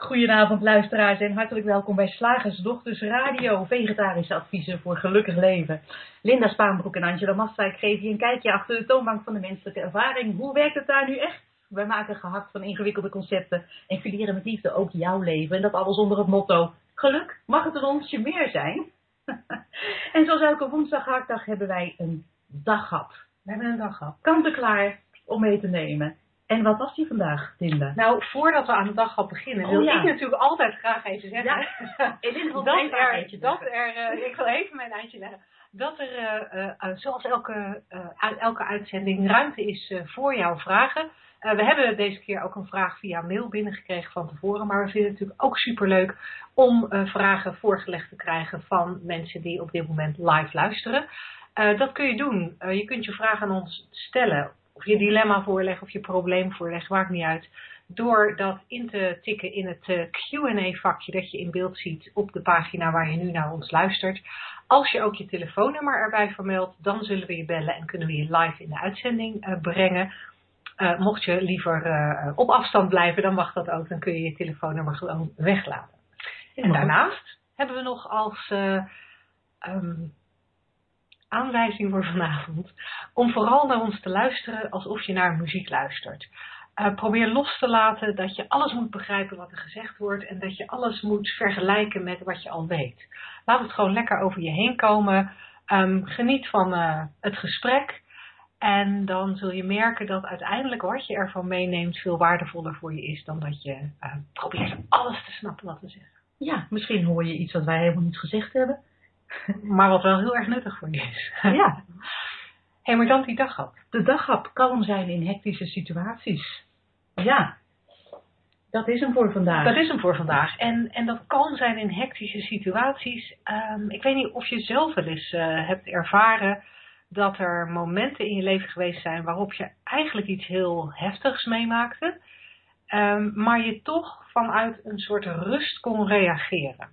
Goedenavond luisteraars en hartelijk welkom bij Slagersdochters Radio, vegetarische adviezen voor gelukkig leven. Linda Spaanbroek en Angela Mastwijk geven je een kijkje achter de toonbank van de menselijke ervaring. Hoe werkt het daar nu echt? Wij maken gehakt van ingewikkelde concepten en fileren met liefde ook jouw leven. En dat alles onder het motto, geluk mag het een onsje meer zijn. En zoals elke woensdag gehaktdag hebben wij een daghap. We hebben een daghap. Kant en klaar om mee te nemen. En wat was die vandaag, Linda? Nou, voordat we aan de daghap beginnen, wil ik natuurlijk altijd graag even zeggen. Ja. Ik wil even mijn eindje leggen. Dat er, zoals elke uitzending, ruimte is voor jouw vragen. We hebben deze keer ook een vraag via mail binnengekregen van tevoren. Maar we vinden het natuurlijk ook superleuk om vragen voorgelegd te krijgen van mensen die op dit moment live luisteren. Dat kun je doen. Je kunt je vraag aan ons stellen. Of je dilemma voorleggen of je probleem voorleggen, maakt niet uit. Door dat in te tikken in het Q&A vakje dat je in beeld ziet op de pagina waar je nu naar ons luistert. Als je ook je telefoonnummer erbij vermeldt, dan zullen we je bellen en kunnen we je live in de uitzending brengen. Mocht je liever op afstand blijven, dan mag dat ook. Dan kun je je telefoonnummer gewoon weglaten. En daarnaast hebben we nog als aanwijzing voor vanavond om vooral naar ons te luisteren alsof je naar muziek luistert. Probeer los te laten dat je alles moet begrijpen wat er gezegd wordt en dat je alles moet vergelijken met wat je al weet. Laat het gewoon lekker over je heen komen. Geniet van het gesprek en dan zul je merken dat uiteindelijk wat je ervan meeneemt veel waardevoller voor je is dan dat je probeert alles te snappen wat we zeggen. Ja, misschien hoor je iets wat wij helemaal niet gezegd hebben. Maar wat wel heel erg nuttig voor je is. Ja. Hé, maar dan die daghap. De daghap, kalm zijn in hectische situaties. Ja, dat is hem voor vandaag. Dat is hem voor vandaag. En dat kalm zijn in hectische situaties. Ik weet niet of je zelf wel eens hebt ervaren dat er momenten in je leven geweest zijn waarop je eigenlijk iets heel heftigs meemaakte. Maar je toch vanuit een soort rust kon reageren.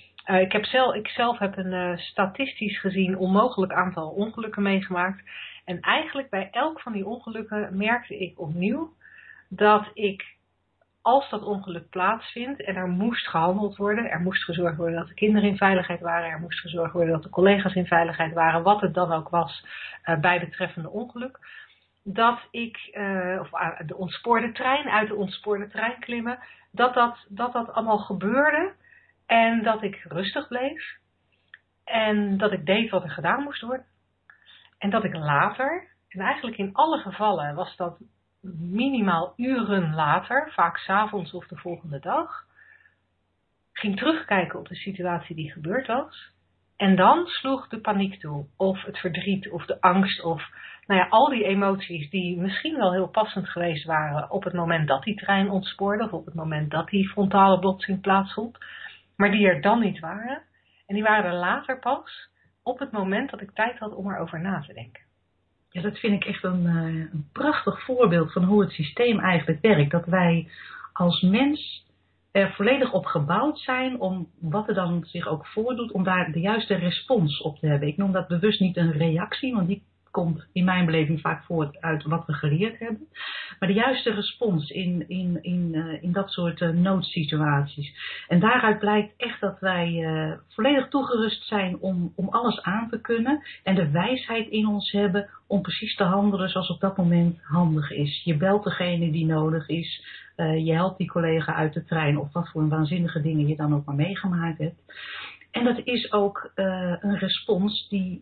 Ik zelf heb een statistisch gezien onmogelijk aantal ongelukken meegemaakt. En eigenlijk bij elk van die ongelukken merkte ik opnieuw dat ik, als dat ongeluk plaatsvindt en er moest gehandeld worden, er moest gezorgd worden dat de kinderen in veiligheid waren, er moest gezorgd worden dat de collega's in veiligheid waren, wat het dan ook was bij betreffende ongeluk, dat ik, uit de ontspoorde trein klimmen, dat allemaal gebeurde. En dat ik rustig bleef. En dat ik deed wat er gedaan moest worden. En dat ik later, en eigenlijk in alle gevallen was dat minimaal uren later, vaak 's avonds of de volgende dag, ging terugkijken op de situatie die gebeurd was. En dan sloeg de paniek toe. Of het verdriet, of de angst, of al die emoties die misschien wel heel passend geweest waren op het moment dat die trein ontspoorde, of op het moment dat die frontale botsing plaatsvond. Maar die er dan niet waren. En die waren er later pas op het moment dat ik tijd had om erover na te denken. Ja, dat vind ik echt een prachtig voorbeeld van hoe het systeem eigenlijk werkt. Dat wij als mens er volledig op gebouwd zijn om wat er dan zich ook voordoet, om daar de juiste respons op te hebben. Ik noem dat bewust niet een reactie, want die komt in mijn beleving vaak voort uit wat we geleerd hebben. Maar de juiste respons in dat soort noodsituaties. En daaruit blijkt echt dat wij volledig toegerust zijn om alles aan te kunnen. En de wijsheid in ons hebben om precies te handelen zoals op dat moment handig is. Je belt degene die nodig is. Je helpt die collega uit de trein of wat voor een waanzinnige dingen je dan ook maar meegemaakt hebt. En dat is ook een respons die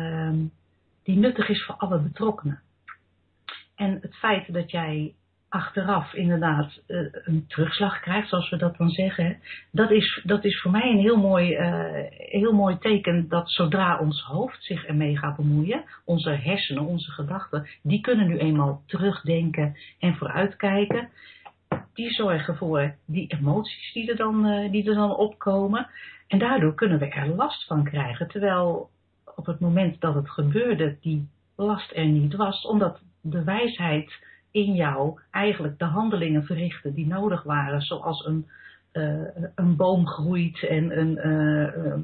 nuttig is voor alle betrokkenen. En het feit dat jij achteraf inderdaad een terugslag krijgt, zoals we dat dan zeggen, dat is voor mij een heel mooi teken dat zodra ons hoofd zich ermee gaat bemoeien, onze hersenen, onze gedachten, die kunnen nu eenmaal terugdenken en vooruitkijken. Die zorgen voor die emoties die er dan opkomen. En daardoor kunnen we er last van krijgen, terwijl op het moment dat het gebeurde, die last er niet was, omdat de wijsheid in jou eigenlijk de handelingen verrichtte die nodig waren, zoals een boom groeit en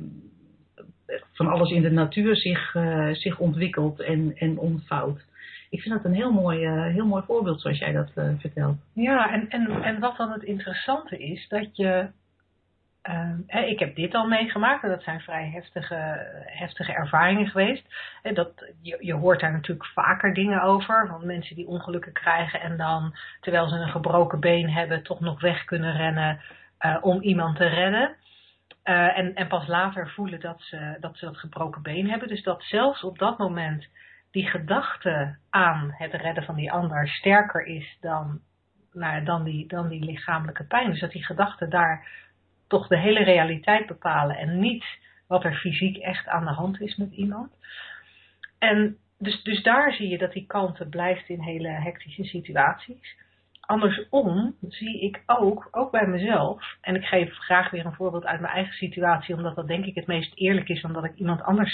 van alles in de natuur zich ontwikkelt en ontvouwt. Ik vind dat een heel mooi voorbeeld zoals jij dat vertelt. Ja, en wat dan het interessante is, dat je... ik heb dit al meegemaakt en dat zijn vrij heftige ervaringen geweest. Je hoort daar natuurlijk vaker dingen over, van mensen die ongelukken krijgen en dan, terwijl ze een gebroken been hebben, toch nog weg kunnen rennen om iemand te redden. En pas later voelen dat ze dat gebroken been hebben. Dus dat zelfs op dat moment die gedachte aan het redden van die ander sterker is dan die lichamelijke pijn. Dus dat die gedachten daar toch de hele realiteit bepalen en niet wat er fysiek echt aan de hand is met iemand. En dus daar zie je dat die kalmte blijft in hele hectische situaties. Andersom zie ik ook bij mezelf, en ik geef graag weer een voorbeeld uit mijn eigen situatie, omdat dat denk ik het meest eerlijk is, omdat ik iemand anders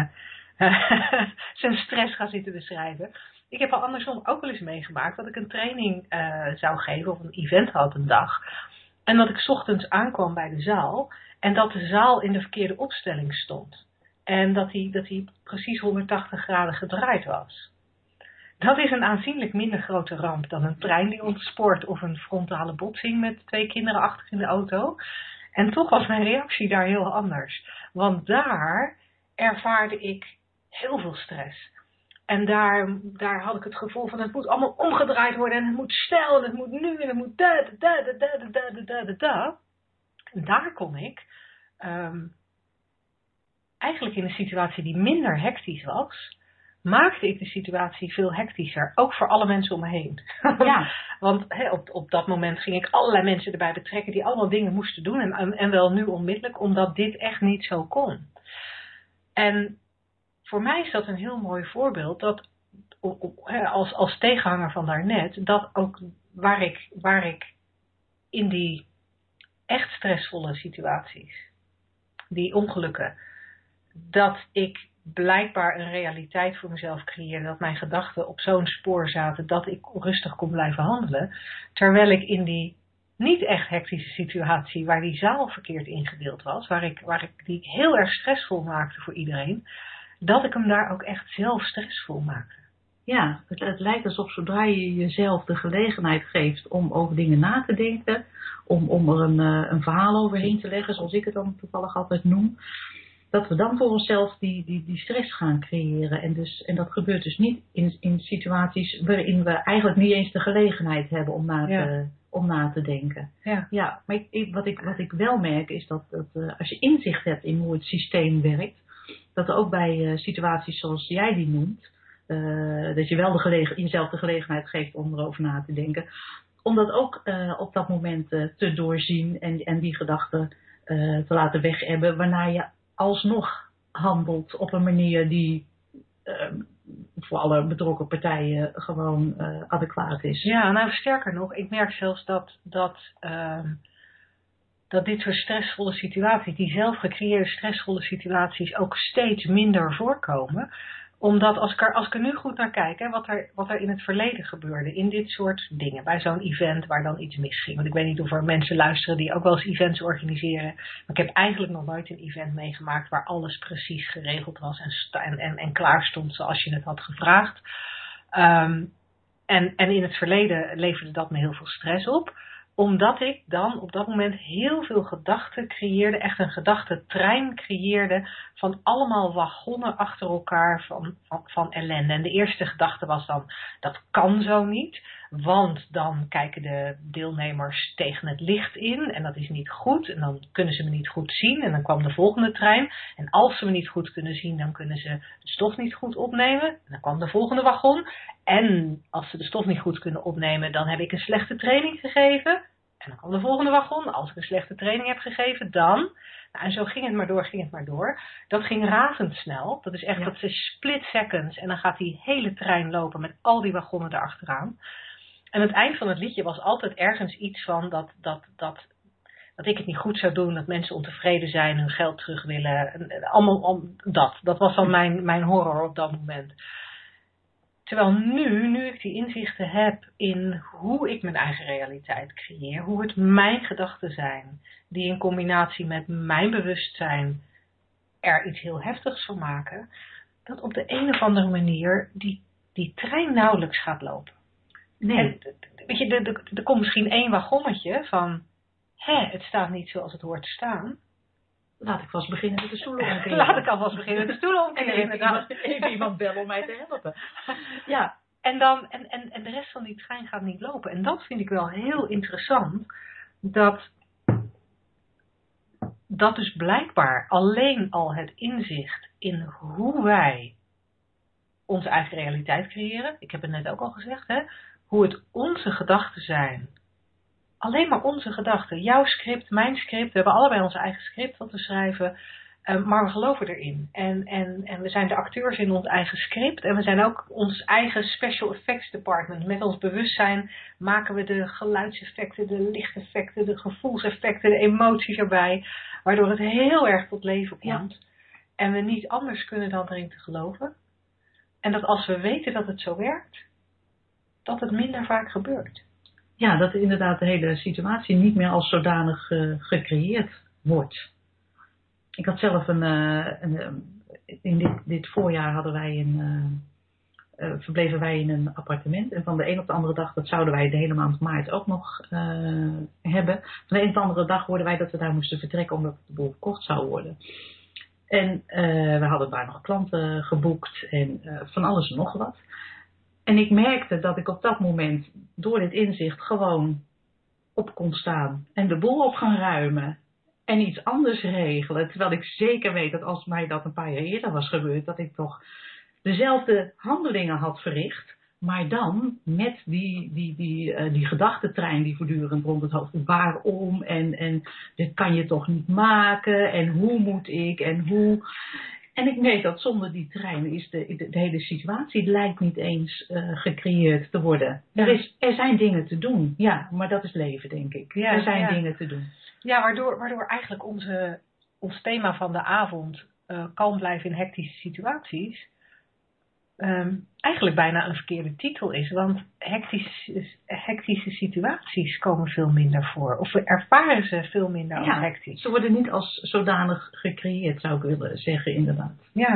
zijn stress ga zitten beschrijven. Ik heb al andersom ook wel eens meegemaakt dat ik een training zou geven of een event had een dag. En dat ik 's ochtends aankwam bij de zaal en dat de zaal in de verkeerde opstelling stond. En dat die precies 180 graden gedraaid was. Dat is een aanzienlijk minder grote ramp dan een trein die ontspoort of een frontale botsing met 2 kinderen achter in de auto. En toch was mijn reactie daar heel anders. Want daar ervaarde ik heel veel stress. En daar had ik het gevoel van het moet allemaal omgedraaid worden en het moet snel en het moet nu en het moet da. En daar kon ik eigenlijk in een situatie die minder hectisch was, maakte ik de situatie veel hectischer. Ook voor alle mensen om me heen. Ja. Want op dat moment ging ik allerlei mensen erbij betrekken die allemaal dingen moesten doen. En wel nu onmiddellijk, omdat dit echt niet zo kon. En voor mij is dat een heel mooi voorbeeld. Dat als tegenhanger van daarnet. Dat ook waar ik in die echt stressvolle situaties. Die ongelukken. Dat ik blijkbaar een realiteit voor mezelf creëerde, dat mijn gedachten op zo'n spoor zaten dat ik rustig kon blijven handelen, terwijl ik in die niet echt hectische situatie, waar die zaal verkeerd ingedeeld was, die heel erg stressvol maakte voor iedereen, dat ik hem daar ook echt zelf stressvol maakte. Ja, het lijkt alsof zodra je jezelf de gelegenheid geeft om over dingen na te denken, om er een verhaal overheen te leggen, zoals ik het dan toevallig altijd noem, dat we dan voor onszelf die stress gaan creëren. En dat gebeurt dus niet in situaties waarin we eigenlijk niet eens de gelegenheid hebben om na te denken. Ja, maar wat ik wel merk is dat als je inzicht hebt in hoe het systeem werkt, dat er ook bij situaties zoals jij die noemt, dat je wel jezelf de gelegenheid geeft om erover na te denken, om dat ook op dat moment te doorzien en die gedachten te laten wegebben, waarna je alsnog handelt op een manier die voor alle betrokken partijen gewoon adequaat is. Ja, nou sterker nog, ik merk zelfs dat dit soort stressvolle situaties, die zelf gecreëerde stressvolle situaties, ook steeds minder voorkomen. Omdat als ik er nu goed naar kijk, hè, wat er in het verleden gebeurde, in dit soort dingen, bij zo'n event waar dan iets misging. Want ik weet niet of er mensen luisteren die ook wel eens events organiseren. Maar ik heb eigenlijk nog nooit een event meegemaakt waar alles precies geregeld was en klaar stond zoals je het had gevraagd. En in het verleden leverde dat me heel veel stress op. Omdat ik dan op dat moment heel veel gedachten creëerde, echt een gedachtentrein creëerde van allemaal wagonnen achter elkaar van ellende. En de eerste gedachte was dan, dat kan zo niet, want dan kijken de deelnemers tegen het licht in en dat is niet goed. En dan kunnen ze me niet goed zien en dan kwam de volgende trein. En als ze me niet goed kunnen zien, dan kunnen ze de stof niet goed opnemen. En dan kwam de volgende wagon. En als ze de stof niet goed kunnen opnemen, dan heb ik een slechte training gegeven. En dan kwam de volgende wagon. Als ik een slechte training heb gegeven, dan. Nou, en zo ging het maar door. Dat ging razendsnel. Dat is echt, dat is split seconds. En dan gaat die hele trein lopen met al die wagonnen erachteraan. En het eind van het liedje was altijd ergens iets van dat ik het niet goed zou doen. Dat mensen ontevreden zijn, hun geld terug willen. Allemaal dat. Dat was dan mijn horror op dat moment. Terwijl nu ik die inzichten heb in hoe ik mijn eigen realiteit creëer, hoe het mijn gedachten zijn, die in combinatie met mijn bewustzijn er iets heel heftigs van maken, dat op de een of andere manier die trein nauwelijks gaat lopen. Nee. En, weet je, er komt misschien 1 wagonnetje van, het staat niet zoals het hoort te staan. Laat ik vast beginnen met de stoelen omkeren. Laat ik alvast beginnen met de stoelen omkeren. En even iemand bellen om mij te helpen. Ja. En de rest van die trein gaat niet lopen. En dat vind ik wel heel interessant. Dat dus blijkbaar alleen al het inzicht in hoe wij onze eigen realiteit creëren. Ik heb het net ook al gezegd. Hoe het onze gedachten zijn. Alleen maar onze gedachten. Jouw script, mijn script. We hebben allebei onze eigen script wat we schrijven. Maar we geloven erin. En we zijn de acteurs in ons eigen script. En we zijn ook ons eigen special effects department. Met ons bewustzijn maken we de geluidseffecten, de lichteffecten, de gevoelseffecten, de emoties erbij. Waardoor het heel erg tot leven komt. Ja. En we niet anders kunnen dan erin te geloven. En dat als we weten dat het zo werkt, dat het minder vaak gebeurt. Ja, dat inderdaad de hele situatie niet meer als zodanig gecreëerd wordt. Ik had zelf in dit voorjaar hadden wij verbleven wij in een appartement. En van de een op de andere dag, dat zouden wij de hele maand maart ook nog hebben. Van de een op de andere dag hoorden wij dat we daar moesten vertrekken omdat de boel verkocht zou worden. En we hadden daar nog klanten geboekt en van alles en nog wat. En ik merkte dat ik op dat moment door dit inzicht gewoon op kon staan. En de boel op gaan ruimen. En iets anders regelen. Terwijl ik zeker weet dat als mij dat een paar jaar eerder was gebeurd. Dat ik toch dezelfde handelingen had verricht. Maar dan met die gedachtentrein die voortdurend rond het hoofd. Waarom? En dit kan je toch niet maken? En hoe moet ik? En hoe? En ik weet dat zonder die trein is de hele situatie lijkt niet eens gecreëerd te worden. Ja. Er zijn dingen te doen. Ja, maar dat is leven, denk ik. Ja, er zijn dingen te doen. Ja, waardoor eigenlijk ons thema van de avond, kalm blijven in hectische situaties, eigenlijk bijna een verkeerde titel is. Want hectische situaties komen veel minder voor. Of we ervaren ze veel minder als hectisch. Ze worden niet als zodanig gecreëerd, zou ik willen zeggen, inderdaad.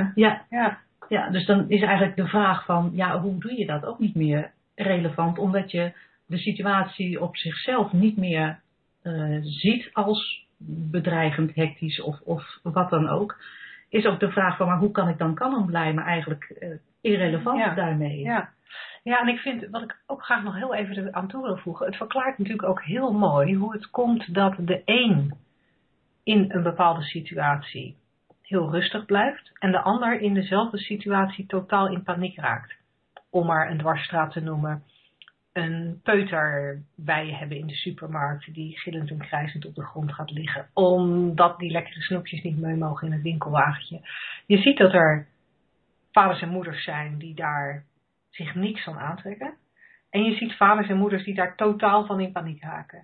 Ja, dus dan is eigenlijk de vraag van, hoe doe je dat ook niet meer relevant? Omdat je de situatie op zichzelf niet meer ziet als bedreigend, hectisch of wat dan ook. Is ook de vraag van, maar hoe kan ik dan kalm blijven? Eigenlijk irrelevant daarmee. Ja, en ik vind, wat ik ook graag nog heel even aan toe wil voegen. Het verklaart natuurlijk ook heel mooi hoe het komt dat de een in een bepaalde situatie heel rustig blijft. En de ander in dezelfde situatie totaal in paniek raakt. Om maar een dwarsstraat te noemen. Een peuter bij je hebben in de supermarkt die gillend en krijzend op de grond gaat liggen. Omdat die lekkere snoepjes niet mee mogen in het winkelwagentje. Je ziet dat er vaders en moeders zijn die daar zich niks van aantrekken. En je ziet vaders en moeders die daar totaal van in paniek raken.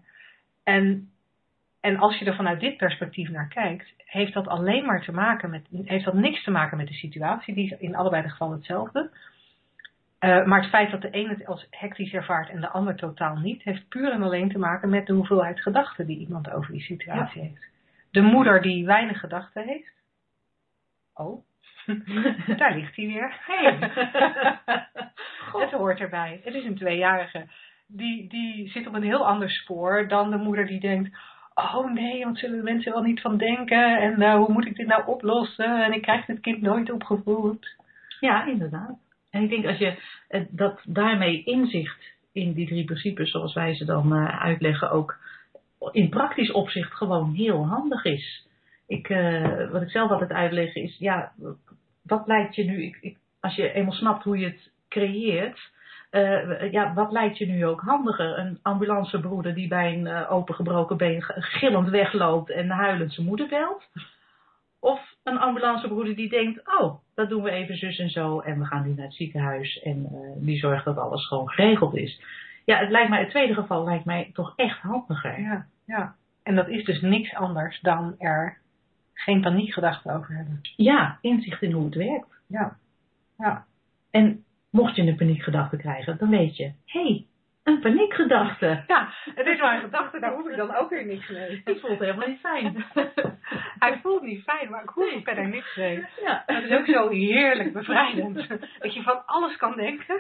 En als je er vanuit dit perspectief naar kijkt, heeft dat niks te maken met de situatie. Die is in allebei de gevallen hetzelfde. Maar het feit dat de ene het als hectisch ervaart en de ander totaal niet, heeft puur en alleen te maken met de hoeveelheid gedachten die iemand over die situatie heeft. De moeder die weinig gedachten heeft. Oh, daar ligt hij weer. Hey. Het hoort erbij. Het is een 2-jarige. Die zit op een heel ander spoor dan de moeder die denkt, oh nee, wat zullen de mensen wel niet van denken? En hoe moet ik dit nou oplossen? En ik krijg dit kind nooit opgevoed. Ja, inderdaad. En ik denk als je dat daarmee inzicht in die 3 principes, zoals wij ze dan uitleggen, ook in praktisch opzicht gewoon heel handig is. Wat ik zelf altijd uitleg is, wat lijkt je nu, als je eenmaal snapt hoe je het creëert, wat lijkt je nu ook handiger? Een ambulancebroeder die bij een opengebroken been gillend wegloopt en huilend zijn moeder belt? Of een ambulancebroeder die denkt, oh, dat doen we even zus en zo en we gaan nu naar het ziekenhuis en die zorgt dat alles gewoon geregeld is. Ja, het tweede geval lijkt mij toch echt handiger. Ja. En dat is dus niks anders dan er geen paniekgedachten over hebben. Ja, inzicht in hoe het werkt. Ja. En mocht je een paniekgedachte krijgen, dan weet je, Een paniekgedachte. Ja, het is maar een gedachte, daar hoef ik dan ook weer niks mee. Het voelt helemaal niet fijn. Hij voelt niet fijn, maar ik hoef er verder niks mee. Ja. Dat is ook zo heerlijk bevrijdend. Dat je van alles kan denken,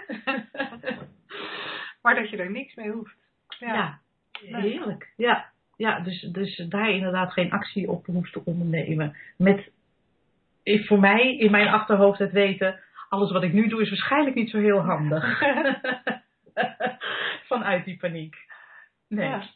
maar dat je er niks mee hoeft. Ja, heerlijk. Ja, dus daar inderdaad geen actie op hoeft te ondernemen. Met, voor mij, in mijn achterhoofd het weten, alles wat ik nu doe is waarschijnlijk niet zo heel handig. Vanuit die paniek. Nee. Ja.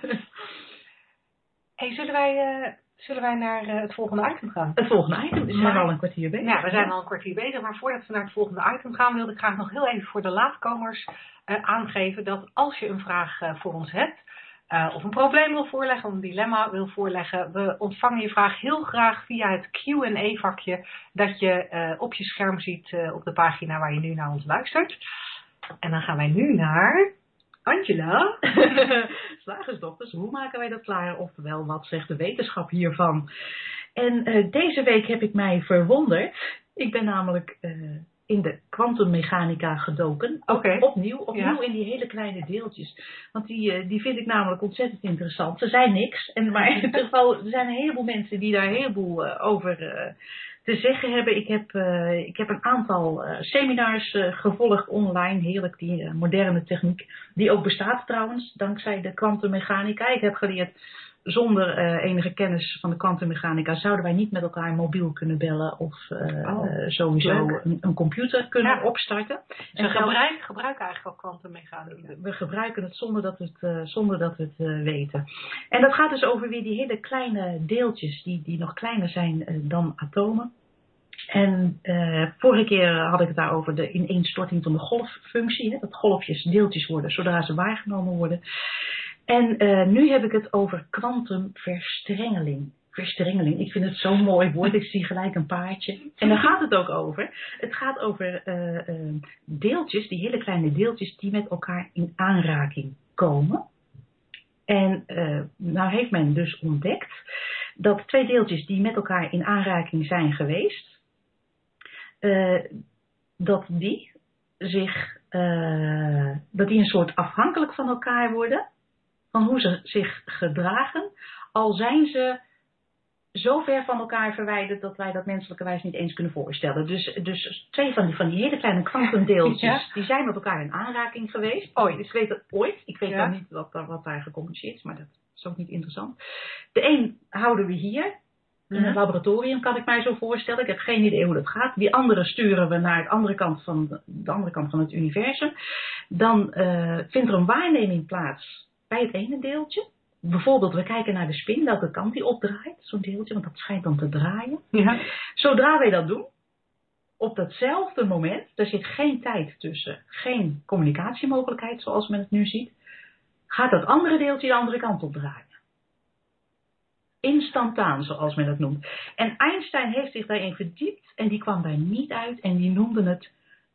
Hey, zullen wij naar het volgende item gaan? Het volgende item, we zijn al een kwartier bezig. Ja, we zijn al een kwartier bezig, maar voordat we naar het volgende item gaan, wilde ik graag nog heel even voor de laatkomers aangeven dat als je een vraag voor ons hebt, of een probleem wil voorleggen, of een dilemma wil voorleggen, we ontvangen je vraag heel graag via het Q&A vakje dat je op je scherm ziet op de pagina waar je nu naar ons luistert. En dan gaan wij nu naar Angela. Slagersdochters, hoe maken wij dat klaar? Oftewel, wat zegt de wetenschap hiervan? En deze week heb ik mij verwonderd. Ik ben namelijk in de kwantummechanica gedoken. Okay. Opnieuw in die hele kleine deeltjes. Want die vind ik namelijk ontzettend interessant. Ze zijn niks. Maar in ieder geval, er zijn een heleboel mensen die daar een heleboel over te zeggen hebben. Ik heb een aantal seminars gevolgd online. Heerlijk, die moderne techniek. Die ook bestaat trouwens, dankzij de kwantummechanica. Ik heb geleerd, zonder enige kennis van de kwantummechanica zouden wij niet met elkaar mobiel kunnen bellen of sowieso een computer kunnen opstarten. En gebruiken eigenlijk al kwantummechanica. We gebruiken het zonder dat we het weten. En dat gaat dus over weer die hele kleine deeltjes die nog kleiner zijn dan atomen. En vorige keer had ik het daarover de ineenstorting van de golffunctie. Hè, dat golfjes deeltjes worden zodra ze waargenomen worden. En nu heb ik het over kwantumverstrengeling. Verstrengeling, ik vind het zo'n mooi woord. Ik zie gelijk een paardje. En daar gaat het ook over. Het gaat over deeltjes, die hele kleine deeltjes die met elkaar in aanraking komen. En nou heeft men dus ontdekt dat twee deeltjes die met elkaar in aanraking zijn geweest, dat die een soort afhankelijk van elkaar worden, van hoe ze zich gedragen, al zijn ze zo ver van elkaar verwijderd dat wij dat menselijkerwijs niet eens kunnen voorstellen. Dus twee van die hele kleine kwantumdeeltjes, die zijn met elkaar in aanraking geweest. Ik weet het ooit. Ik weet dan niet wat daar gecommuniceerd is, maar dat is ook niet interessant. De een houden we hier. In een laboratorium kan ik mij zo voorstellen. Ik heb geen idee hoe dat gaat. Die andere sturen we naar de andere kant van het universum. Dan vindt er een waarneming plaats bij het ene deeltje. Bijvoorbeeld, we kijken naar de spin, welke kant die opdraait, zo'n deeltje, want dat schijnt dan te draaien. Ja. Zodra wij dat doen, op datzelfde moment, er zit geen tijd tussen, geen communicatiemogelijkheid zoals men het nu ziet, gaat dat andere deeltje de andere kant op draaien. Instantaan, zoals men het noemt. En Einstein heeft zich daarin verdiept en die kwam daar niet uit en die noemde het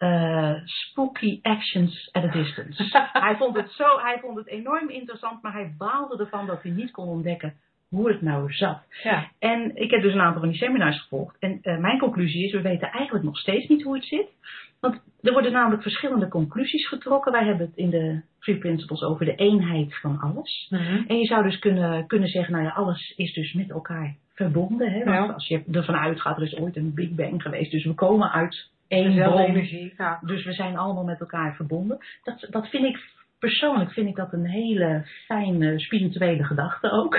spooky actions at a distance. Hij vond het enorm interessant, maar hij baalde ervan dat hij niet kon ontdekken hoe het nou zat. Ja. En ik heb dus een aantal van die seminars gevolgd. En mijn conclusie is, we weten eigenlijk nog steeds niet hoe het zit. Want er worden namelijk verschillende conclusies getrokken. Wij hebben het in de Three Principles over de eenheid van alles. Mm-hmm. En je zou dus kunnen zeggen, nou ja, alles is dus met elkaar verbonden. Hè? Want als je ervan uitgaat, er is ooit een Big Bang geweest. Dus we komen uit één bron. Energie. Ja. Dus we zijn allemaal met elkaar verbonden. Dat vind ik persoonlijk dat een hele fijne spirituele gedachte ook.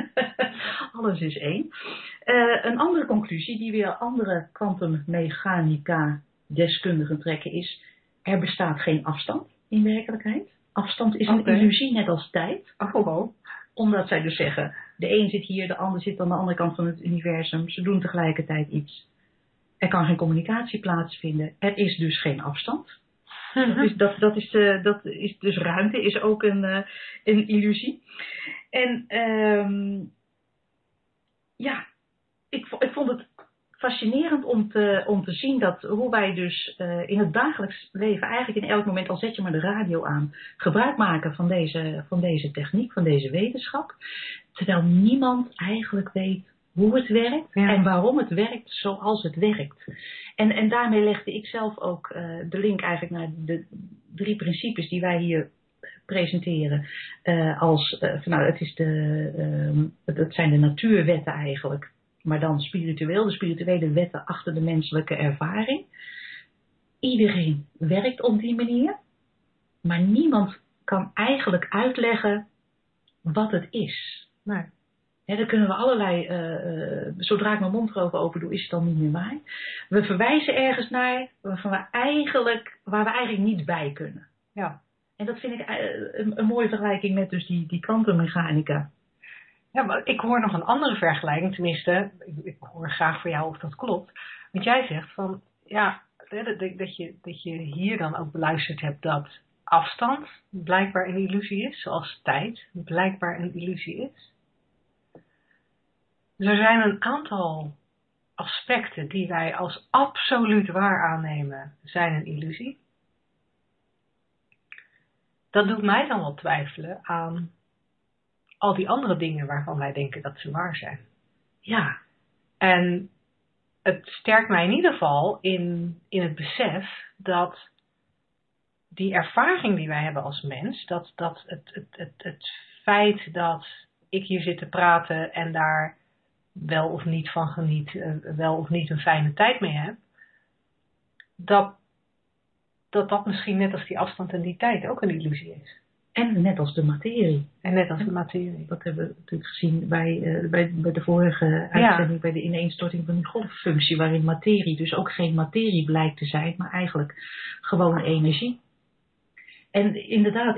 Alles is één. Een andere conclusie die weer andere kwantummechanica deskundigen trekken is, er bestaat geen afstand in werkelijkheid. Afstand is een illusie, net als tijd. Omdat zij dus zeggen, de een zit hier, de ander zit aan de andere kant van het universum. Ze doen tegelijkertijd iets. Er kan geen communicatie plaatsvinden. Er is dus geen afstand. Dat is dus ruimte, is ook een illusie. En ik vond het fascinerend om te zien dat hoe wij dus in het dagelijks leven, eigenlijk in elk moment, al zet je maar de radio aan, gebruik maken van deze techniek, van deze wetenschap. Terwijl niemand eigenlijk weet hoe het werkt en waarom het werkt zoals het werkt. En daarmee legde ik zelf ook de link eigenlijk naar de 3 principes die wij hier presenteren als, het zijn de natuurwetten eigenlijk, maar dan spiritueel, de spirituele wetten achter de menselijke ervaring. Iedereen werkt op die manier, maar niemand kan eigenlijk uitleggen wat het is. Nee. Dan kunnen we allerlei, zodra ik mijn mond erover open doe, is het dan niet meer waar. We verwijzen ergens naar waar we eigenlijk niet bij kunnen. Ja. En dat vind ik een mooie vergelijking met dus die kwantummechanica. Ja, maar ik hoor nog een andere vergelijking, tenminste, ik hoor graag voor jou of dat klopt. Want jij zegt van, ja, dat je hier dan ook beluisterd hebt dat afstand blijkbaar een illusie is, zoals tijd blijkbaar een illusie is. Dus er zijn een aantal aspecten die wij als absoluut waar aannemen, zijn een illusie. Dat doet mij dan wel twijfelen aan al die andere dingen waarvan wij denken dat ze waar zijn. Ja. En het sterkt mij in ieder geval in het besef dat die ervaring die wij hebben als mens, dat het feit dat ik hier zit te praten en daar wel of niet van geniet, wel of niet een fijne tijd mee heb, dat misschien net als die afstand en die tijd ook een illusie is. En net als de materie. Dat hebben we natuurlijk gezien bij de vorige uitzending, bij de ineenstorting van die golffunctie, waarin materie dus ook geen materie blijkt te zijn, maar eigenlijk gewoon energie. En inderdaad,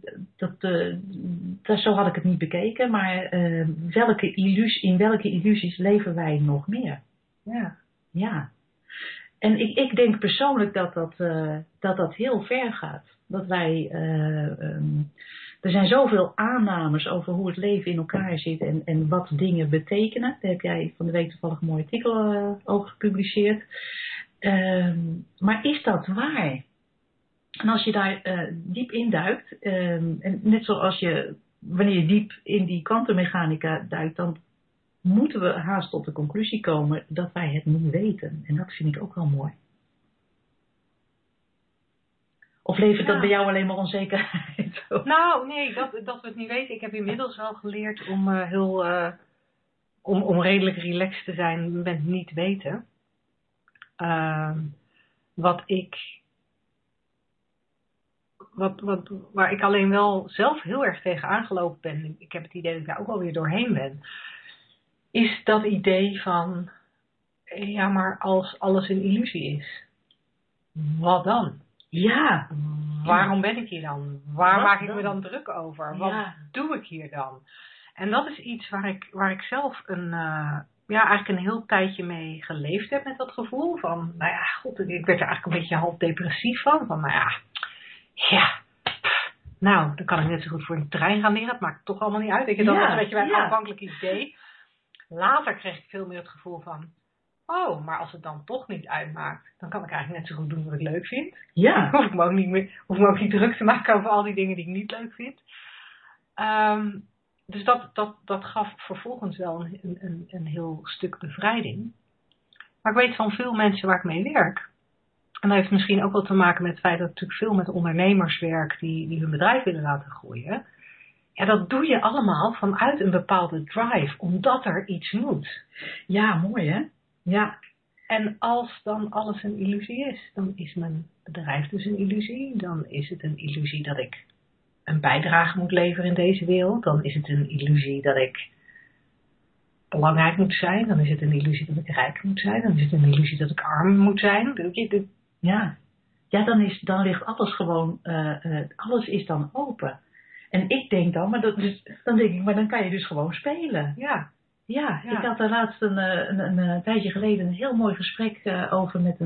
zo had ik het niet bekeken, maar in welke illusies leven wij nog meer? Ja. En ik denk persoonlijk dat heel ver gaat. Dat wij, er zijn zoveel aannames over hoe het leven in elkaar zit en wat dingen betekenen. Daar heb jij van de week toevallig een mooi artikel over gepubliceerd. Maar is dat waar? En als je daar diep induikt, en net zoals wanneer je diep in die kwantummechanica duikt, dan moeten we haast tot de conclusie komen dat wij het niet weten. En dat vind ik ook wel mooi. Of levert dat bij jou alleen maar onzekerheid? Nou, nee, dat we het niet weten. Ik heb inmiddels wel geleerd om redelijk relaxed te zijn met niet weten. Waar ik alleen wel zelf heel erg tegen aangelopen ben, ik heb het idee dat ik daar ook alweer doorheen ben, is dat idee van, ja, maar als alles een illusie is, wat dan? Ja. Waarom ben ik hier dan? Waar maak ik me dan druk over? Wat doe ik hier dan? En dat is iets waar ik zelf eigenlijk een heel tijdje mee geleefd heb met dat gevoel van, nou ja, god, ik werd er eigenlijk een beetje half depressief van nou ja, nou, dan kan ik net zo goed voor een trein gaan leren, het maakt toch allemaal niet uit. Dat was een beetje mijn aanvankelijke idee. Later kreeg ik veel meer het gevoel van, oh, maar als het dan toch niet uitmaakt, dan kan ik eigenlijk net zo goed doen wat ik leuk vind. Ja. Hoef ik me ook niet druk te maken over al die dingen die ik niet leuk vind. Dus dat gaf vervolgens wel een heel stuk bevrijding. Maar ik weet van veel mensen waar ik mee werk. En dat heeft misschien ook wel te maken met het feit dat ik natuurlijk veel met ondernemers werk die hun bedrijf willen laten groeien. Ja, dat doe je allemaal vanuit een bepaalde drive, omdat er iets moet. Ja, mooi hè? Ja. En als dan alles een illusie is, dan is mijn bedrijf dus een illusie. Dan is het een illusie dat ik een bijdrage moet leveren in deze wereld. Dan is het een illusie dat ik belangrijk moet zijn. Dan is het een illusie dat ik rijk moet zijn. Dan is het een illusie dat ik arm moet zijn. Ja, dan ligt alles gewoon, alles is dan open. En ik denk dan, maar dan kan je dus gewoon spelen. Ja, ik had daar laatst een tijdje geleden een heel mooi gesprek over met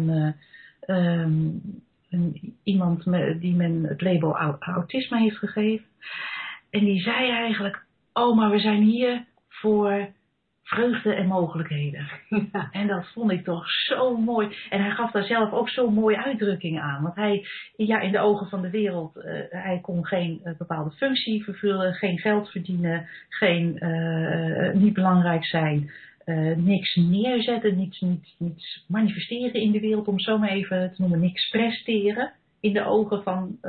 iemand die men het label autisme heeft gegeven. En die zei eigenlijk, oh, maar we zijn hier voor vreugde en mogelijkheden. Ja. En dat vond ik toch zo mooi. En hij gaf daar zelf ook zo'n mooie uitdrukkingen aan. Want hij, in de ogen van de wereld, hij kon geen bepaalde functie vervullen, geen geld verdienen, niet belangrijk zijn, niks neerzetten, niets manifesteren in de wereld, om het zo maar even te noemen, niks presteren. in de ogen van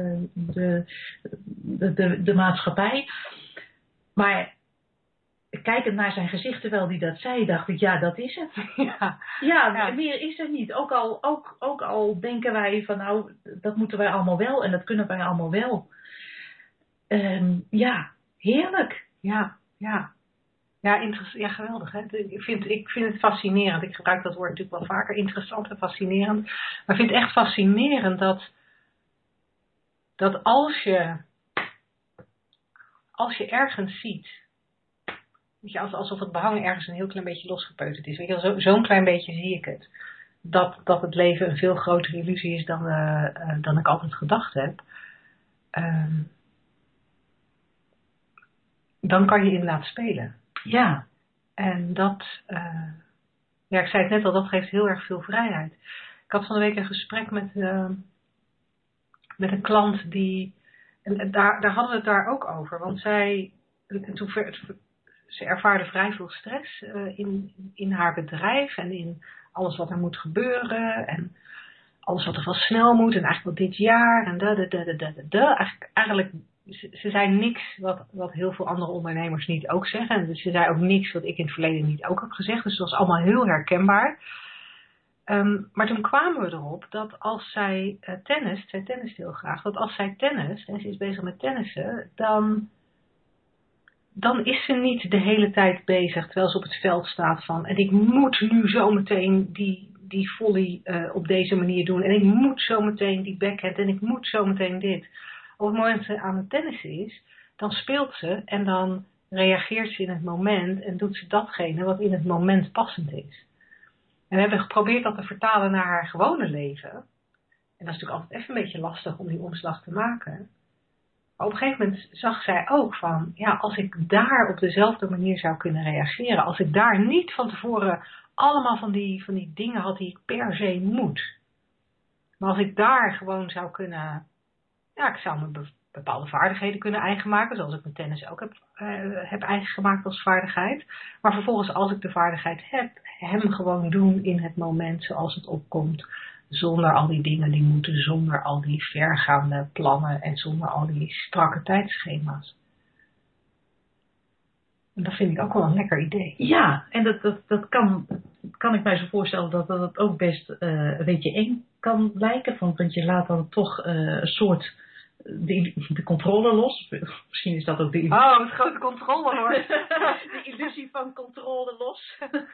de maatschappij. Maar kijkend naar zijn gezicht terwijl hij dat zei, dacht ik, ja, dat is het. Ja, meer is er niet. Ook al denken wij van, nou, dat moeten wij allemaal wel en dat kunnen wij allemaal wel. Ja, heerlijk. Ja, geweldig. Hè? Ik vind het fascinerend. Ik gebruik dat woord natuurlijk wel vaker. Interessant en fascinerend. Maar ik vind het echt fascinerend dat als je ergens ziet, weet je, alsof het behang ergens een heel klein beetje losgepeuterd is. Weet je, zo'n klein beetje zie ik het. Dat het leven een veel grotere illusie is dan ik altijd gedacht heb. Dan kan je inderdaad spelen. Ja. En dat, ik zei het net al, dat geeft heel erg veel vrijheid. Ik had van de week een gesprek met een klant die, en daar hadden we het daar ook over. Want ze ervaarde vrij veel stress in haar bedrijf en in alles wat er moet gebeuren. En alles wat er van snel moet en eigenlijk wel dit jaar en Eigenlijk, ze zei niks wat heel veel andere ondernemers niet ook zeggen. En ze zei ook niks wat ik in het verleden niet ook heb gezegd. Dus dat was allemaal heel herkenbaar. Maar toen kwamen we erop dat als zij tennist, zij tennist heel graag, dat als zij tennist en ze is bezig met tennissen, dan is ze niet de hele tijd bezig terwijl ze op het veld staat van en ik moet nu zo meteen die volley op deze manier doen en ik moet zo meteen die backhand en ik moet zo meteen dit. Op het moment dat ze aan het tennissen is, dan speelt ze en dan reageert ze in het moment en doet ze datgene wat in het moment passend is. En we hebben geprobeerd dat te vertalen naar haar gewone leven. En dat is natuurlijk altijd even een beetje lastig om die omslag te maken. Maar op een gegeven moment zag zij ook van, ja, als ik daar op dezelfde manier zou kunnen reageren, als ik daar niet van tevoren allemaal van die dingen had die ik per se moet. Maar als ik daar gewoon zou kunnen, ja, ik zou me bepaalde vaardigheden kunnen eigen maken, zoals ik mijn tennis ook heb eigen gemaakt als vaardigheid. Maar vervolgens, als ik de vaardigheid heb, hem gewoon doen in het moment zoals het opkomt. Zonder al die dingen die moeten, zonder al die vergaande plannen en zonder al die strakke tijdschema's. En dat vind ik ook wel een lekker idee. Ja, en dat kan ik mij zo voorstellen dat het ook best een beetje eng kan lijken. Want je laat dan toch een soort de controle los. Misschien is dat ook de illusie. Oh, het grote controle hoor. De illusie van controle los.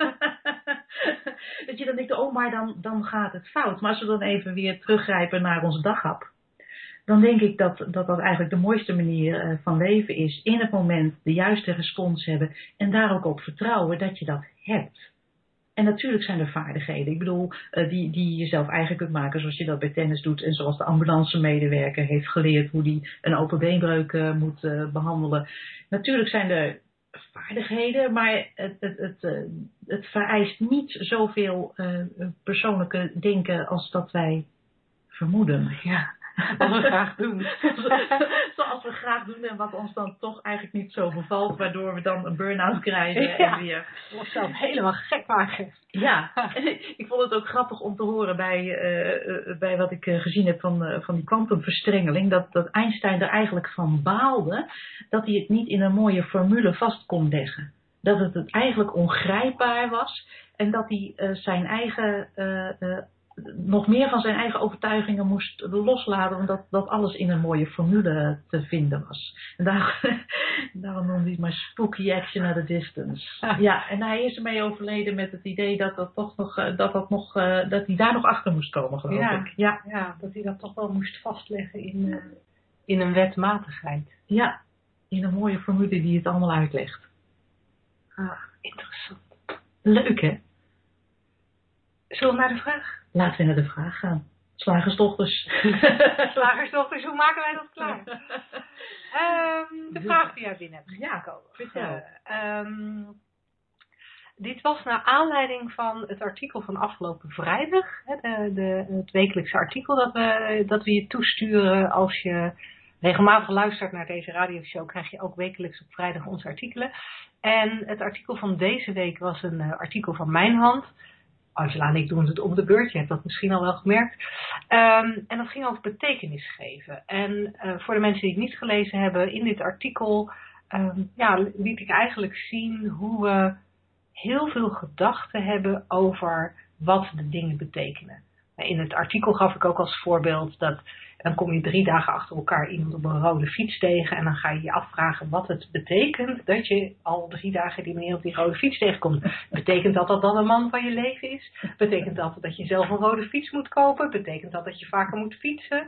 Dat je dan denkt, oh, maar dan gaat het fout. Maar als we dan even weer teruggrijpen naar onze daghap, dan denk ik dat eigenlijk de mooiste manier van leven is. In het moment de juiste respons hebben en daar ook op vertrouwen dat je dat hebt. En natuurlijk zijn er vaardigheden, ik bedoel, die je zelf eigen kunt maken zoals je dat bij tennis doet. En zoals de ambulancemedewerker heeft geleerd hoe die een open beenbreuk moet behandelen. Natuurlijk zijn er vaardigheden, maar het vereist niet zoveel persoonlijke denken als dat wij vermoeden. Ja. Wat we graag doen. Zoals we graag doen en wat ons dan toch eigenlijk niet zo bevalt, waardoor we dan een burn-out krijgen. Ja, en weer onszelf helemaal gek maken. Ja, ik vond het ook grappig om te horen bij wat ik gezien heb van die kwantumverstrengeling, dat Einstein er eigenlijk van baalde dat hij het niet in een mooie formule vast kon leggen. Dat het eigenlijk ongrijpbaar was en dat hij zijn eigen nog meer van zijn eigen overtuigingen moest loslaten, omdat dat alles in een mooie formule te vinden was. En daarom noemde hij het maar spooky action at a distance. Ja, en hij is ermee overleden met het idee dat hij daar nog achter moest komen, geloof ik. Ja, dat hij dat toch wel moest vastleggen in een wetmatigheid. Ja, in een mooie formule die het allemaal uitlegt. Ah, interessant. Leuk, hè? Zullen we naar de vraag? Laten we naar de vraag gaan. Slagersdochters. Slagersdochters, hoe maken wij dat klaar? De vraag die jij binnen hebt gekomen. Vertel. Dit was naar aanleiding van het artikel van afgelopen vrijdag. Het wekelijkse artikel dat we je toesturen. Als je regelmatig luistert naar deze radioshow, krijg je ook wekelijks op vrijdag onze artikelen. En het artikel van deze week was een artikel van mijn hand. Angela en ik doen het om de beurt, je hebt dat misschien al wel gemerkt. En dat ging over betekenis geven. En voor de mensen die het niet gelezen hebben, in dit artikel liet ik eigenlijk zien hoe we heel veel gedachten hebben over wat de dingen betekenen. In het artikel gaf ik ook als voorbeeld dat dan kom je 3 dagen achter elkaar iemand op een rode fiets tegen en dan ga je je afvragen wat het betekent dat je al 3 dagen die meneer op die rode fiets tegenkomt. Betekent dat dat dan een man van je leven is? Betekent dat je zelf een rode fiets moet kopen? Betekent dat je vaker moet fietsen?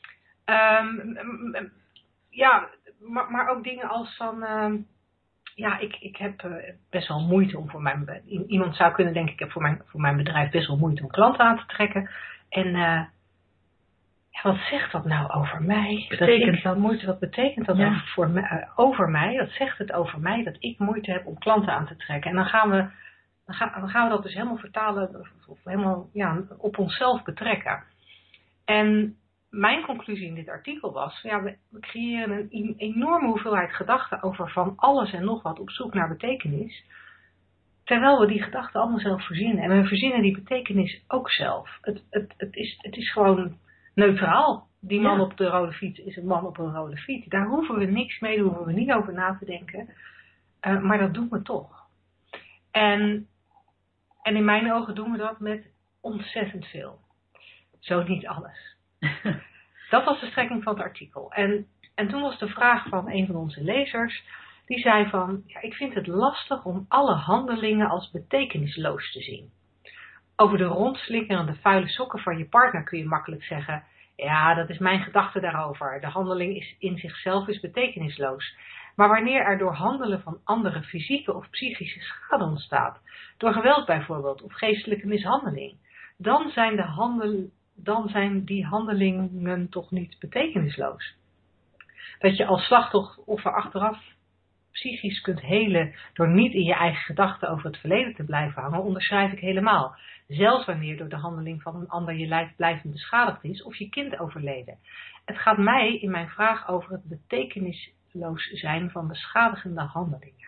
Maar ook dingen als van... Ik heb best wel moeite om voor mijn... Iemand zou kunnen denken, ik heb voor mijn bedrijf best wel moeite om klanten aan te trekken. En wat zegt dat nou over mij? Wat betekent dat over mij? Dat zegt het over mij dat ik moeite heb om klanten aan te trekken. En dan gaan we dat dus helemaal vertalen of helemaal op onszelf betrekken. En mijn conclusie in dit artikel was, we creëren een enorme hoeveelheid gedachten over van alles en nog wat op zoek naar betekenis. Terwijl we die gedachten allemaal zelf verzinnen. En we verzinnen die betekenis ook zelf. Het is gewoon neutraal. Die man op de rode fiets is een man op een rode fiets. Daar hoeven we niks mee, daar hoeven we niet over na te denken. Maar dat doen we toch. En in mijn ogen doen we dat met ontzettend veel. Zo niet alles. Dat was de strekking van het artikel. En toen was de vraag van een van onze lezers, die zei van, ik vind het lastig om alle handelingen als betekenisloos te zien. Over de rondslikkerende vuile sokken van je partner kun je makkelijk zeggen, ja, dat is mijn gedachte daarover. De handeling in zichzelf is betekenisloos. Maar wanneer er door handelen van anderen fysieke of psychische schade ontstaat, door geweld bijvoorbeeld of geestelijke mishandeling, dan zijn die handelingen toch niet betekenisloos. Dat je als slachtoffer achteraf psychisch kunt helen door niet in je eigen gedachten over het verleden te blijven hangen, onderschrijf ik helemaal. Zelfs wanneer door de handeling van een ander je lijf blijvend beschadigd is of je kind overleden. Het gaat mij in mijn vraag over het betekenisloos zijn van beschadigende handelingen.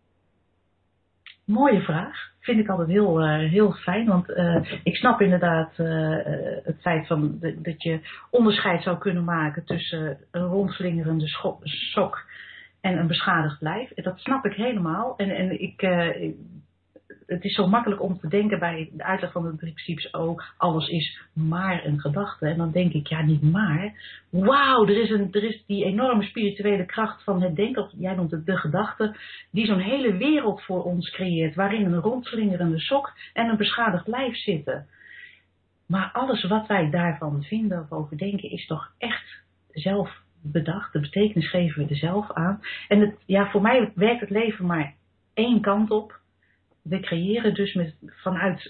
Mooie vraag. Vind ik altijd heel fijn. Want ik snap inderdaad het feit van dat je onderscheid zou kunnen maken tussen een rondslingerende sok en een beschadigd lijf. Dat snap ik helemaal. En het is zo makkelijk om te denken bij de uitleg van de 3 principes ook, alles is maar een gedachte. En dan denk ik, niet maar. Wauw, er is die enorme spirituele kracht van het denken, of jij noemt het de gedachte, die zo'n hele wereld voor ons creëert, waarin een rondslingerende sok en een beschadigd lijf zitten. Maar alles wat wij daarvan vinden of over denken, is toch echt zelf bedacht. De betekenis geven we er zelf aan. En voor mij werkt het leven maar 1 kant op. We creëren dus vanuit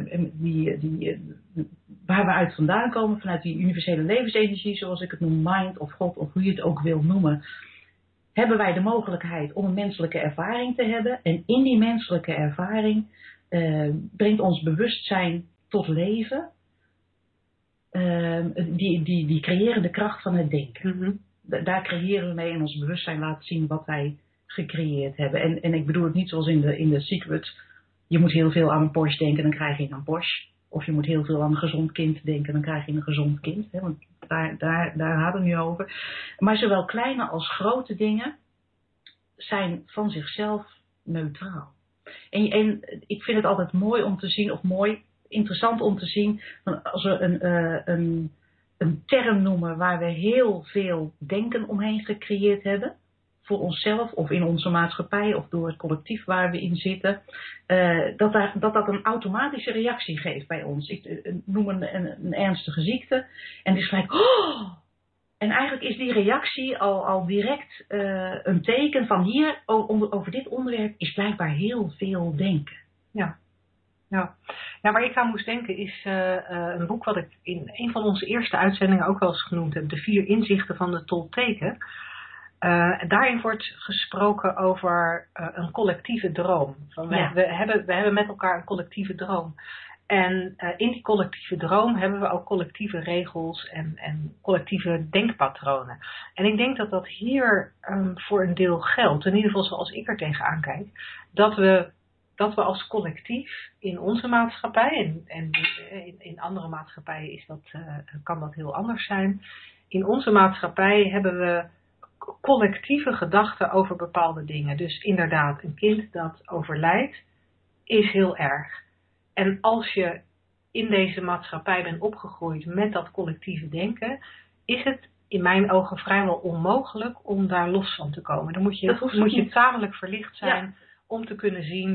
waar we uit vandaan komen, vanuit die universele levensenergie, zoals ik het noem, mind of God of hoe je het ook wil noemen, hebben wij de mogelijkheid om een menselijke ervaring te hebben. En in die menselijke ervaring brengt ons bewustzijn tot leven. Die creëren de kracht van het denken. Mm-hmm. Daar creëren we mee in ons bewustzijn laten zien wat wij gecreëerd hebben. En ik bedoel het niet zoals in de Secret. Je moet heel veel aan een Porsche denken, dan krijg je een Porsche. Of je moet heel veel aan een gezond kind denken, dan krijg je een gezond kind. Hè? Want daar hadden we het nu over. Maar zowel kleine als grote dingen zijn van zichzelf neutraal. En ik vind het altijd mooi om te zien, interessant om te zien, als we een term noemen waar we heel veel denken omheen gecreëerd hebben, voor onszelf of in onze maatschappij of door het collectief waar we in zitten, dat een automatische reactie geeft bij ons. Ik noem een ernstige ziekte en het is gelijk, oh! En eigenlijk is die reactie al direct een teken van hier, over dit onderwerp is blijkbaar heel veel denken. Ja. Waar ik aan moest denken is een boek wat ik in een van onze eerste uitzendingen ook wel eens genoemd heb, De 4 inzichten van de Tolteken. Daarin wordt gesproken over een collectieve droom. We hebben met elkaar een collectieve droom. En in die collectieve droom hebben we ook collectieve regels en collectieve denkpatronen. En ik denk dat hier voor een deel geldt, in ieder geval zoals ik er tegenaan kijk, dat we dat we als collectief in onze maatschappij, en in andere maatschappijen kan dat heel anders zijn. In onze maatschappij hebben we collectieve gedachten over bepaalde dingen. Dus inderdaad, een kind dat overlijdt is heel erg. En als je in deze maatschappij bent opgegroeid met dat collectieve denken, is het in mijn ogen vrijwel onmogelijk om daar los van te komen. Dan moet je tamelijk verlicht zijn om te kunnen zien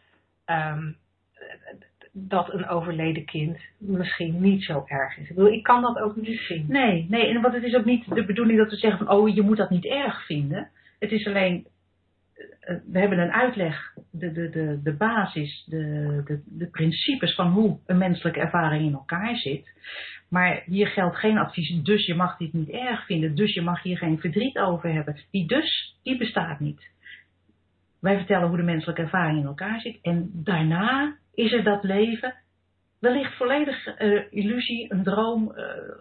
dat een overleden kind misschien niet zo erg is. Ik kan dat ook niet zien. Nee, en wat het is ook niet de bedoeling dat we zeggen van je moet dat niet erg vinden. Het is alleen, we hebben een uitleg, de basis, de principes van hoe een menselijke ervaring in elkaar zit. Maar hier geldt geen advies, dus je mag dit niet erg vinden, dus je mag hier geen verdriet over hebben. Die bestaat niet. Wij vertellen hoe de menselijke ervaring in elkaar zit en daarna is er dat leven wellicht volledig illusie, een droom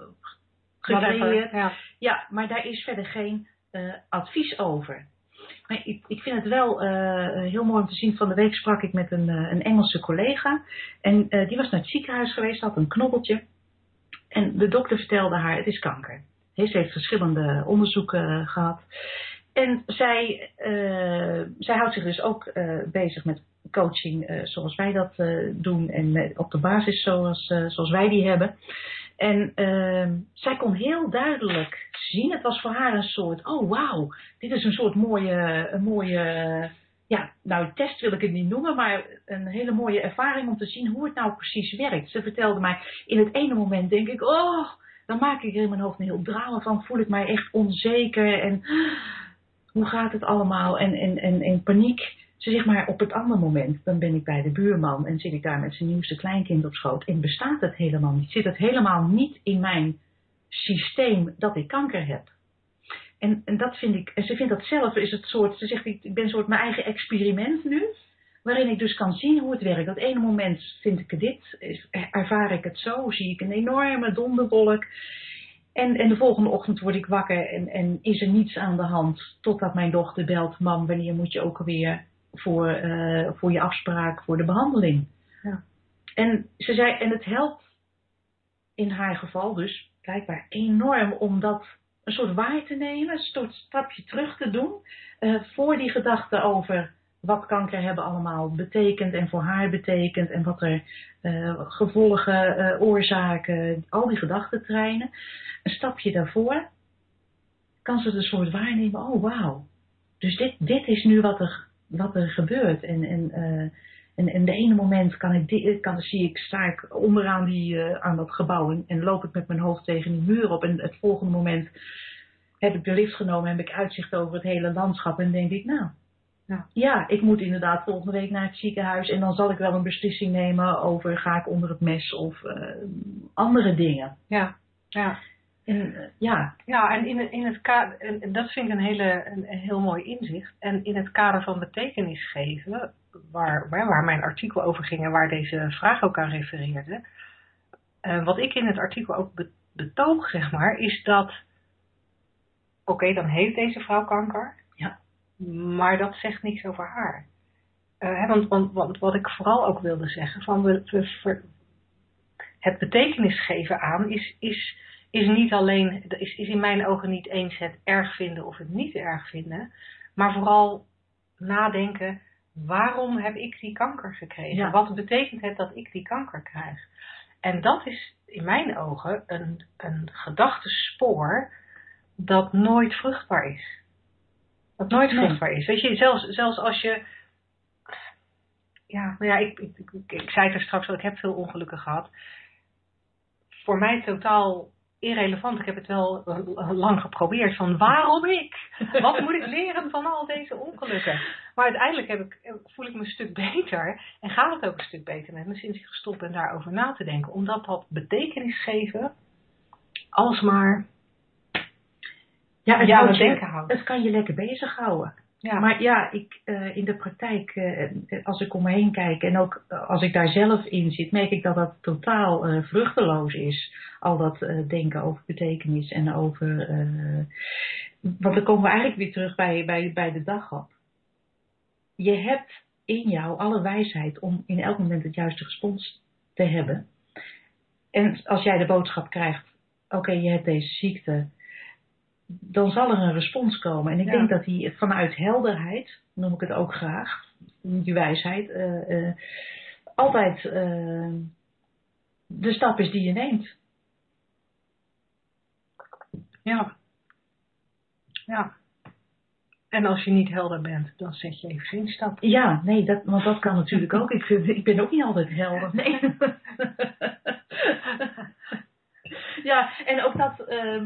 gecreëerd. Ja, maar daar is verder geen advies over. Maar ik vind het wel heel mooi om te zien. Van de week sprak ik met een Engelse collega. En die was naar het ziekenhuis geweest, had een knobbeltje. En de dokter vertelde haar, het is kanker. Ze heeft verschillende onderzoeken gehad. En zij houdt zich dus ook bezig met coaching zoals wij dat doen. En op de basis zoals wij die hebben. En zij kon heel duidelijk zien, het was voor haar een soort, oh wauw, dit is een soort mooie, test wil ik het niet noemen, maar een hele mooie ervaring om te zien hoe het nou precies werkt. Ze vertelde mij, in het ene moment denk ik, dan maak ik er in mijn hoofd een heel drama van, voel ik mij echt onzeker en hoe gaat het allemaal en paniek. Ze zegt maar op het andere moment, dan ben ik bij de buurman en zit ik daar met zijn nieuwste kleinkind op schoot en bestaat het helemaal niet. Zit het helemaal niet in mijn systeem dat ik kanker heb. En dat vind ik, en ze vindt dat zelf, ze zegt ik ben een soort mijn eigen experiment nu, waarin ik dus kan zien hoe het werkt. Dat ene moment vind ik dit, ervaar ik het zo, zie ik een enorme donderwolk. En de volgende ochtend word ik wakker en is er niets aan de hand, totdat mijn dochter belt, mam, wanneer moet je ook alweer voor je afspraak, voor de behandeling. Ja. En ze zei, en het helpt in haar geval dus blijkbaar enorm om dat een soort waar te nemen, een soort stapje terug te doen, voor die gedachte over wat kanker hebben allemaal betekent en voor haar betekent en wat er gevolgen, oorzaken, al die gedachtentreinen. Een stapje daarvoor kan ze het een soort waarnemen, oh wauw, dus dit is nu wat er gebeurt. En de ene moment sta ik onderaan aan dat gebouw en loop ik met mijn hoofd tegen die muur op. En het volgende moment heb ik de lift genomen, heb ik uitzicht over het hele landschap. En denk ik, ik moet inderdaad volgende week naar het ziekenhuis. En dan zal ik wel een beslissing nemen over ga ik onder het mes of andere dingen. Ja. En in het kader, en dat vind ik een heel mooi inzicht. En in het kader van betekenis geven, waar mijn artikel over ging en waar deze vraag ook aan refereerde. Wat ik in het artikel ook betoog, zeg maar, is dat, oké, dan heeft deze vrouw kanker. Ja. Maar dat zegt niks over haar. Want wat ik vooral ook wilde zeggen, van het betekenis geven aan is niet alleen, is in mijn ogen niet eens het erg vinden of het niet erg vinden, maar vooral nadenken, waarom heb ik die kanker gekregen? Ja. Wat betekent het dat ik die kanker krijg? En dat is in mijn ogen een gedachtespoor dat nooit vruchtbaar is. Dat nooit vruchtbaar is. Weet je, zelfs als je... Ik zei het er straks al, ik heb veel ongelukken gehad. Voor mij totaal irrelevant. Ik heb het wel lang geprobeerd. Van waarom ik? Wat moet ik leren van al deze ongelukken? Maar uiteindelijk voel ik me een stuk beter. En gaat het ook een stuk beter met me sinds ik gestopt ben daarover na te denken. Omdat dat betekenis geven alsmaar denken houdt. Het kan je lekker bezighouden. Ja. Maar in de praktijk, als ik om me heen kijk en ook als ik daar zelf in zit, merk ik dat dat totaal vruchteloos is. Al dat denken over betekenis en over... want dan komen we eigenlijk weer terug bij de dag op. Je hebt in jou alle wijsheid om in elk moment het juiste respons te hebben. En als jij de boodschap krijgt, oké, je hebt deze ziekte, dan zal er een respons komen. En ik denk dat die vanuit helderheid, noem ik het ook graag, die wijsheid, altijd de stap is die je neemt. Ja. Ja. En als je niet helder bent, dan zet je even geen stap. Ja, nee, want dat kan natuurlijk ook. Ik ben ook niet altijd helder. Nee. Ja, en ook dat,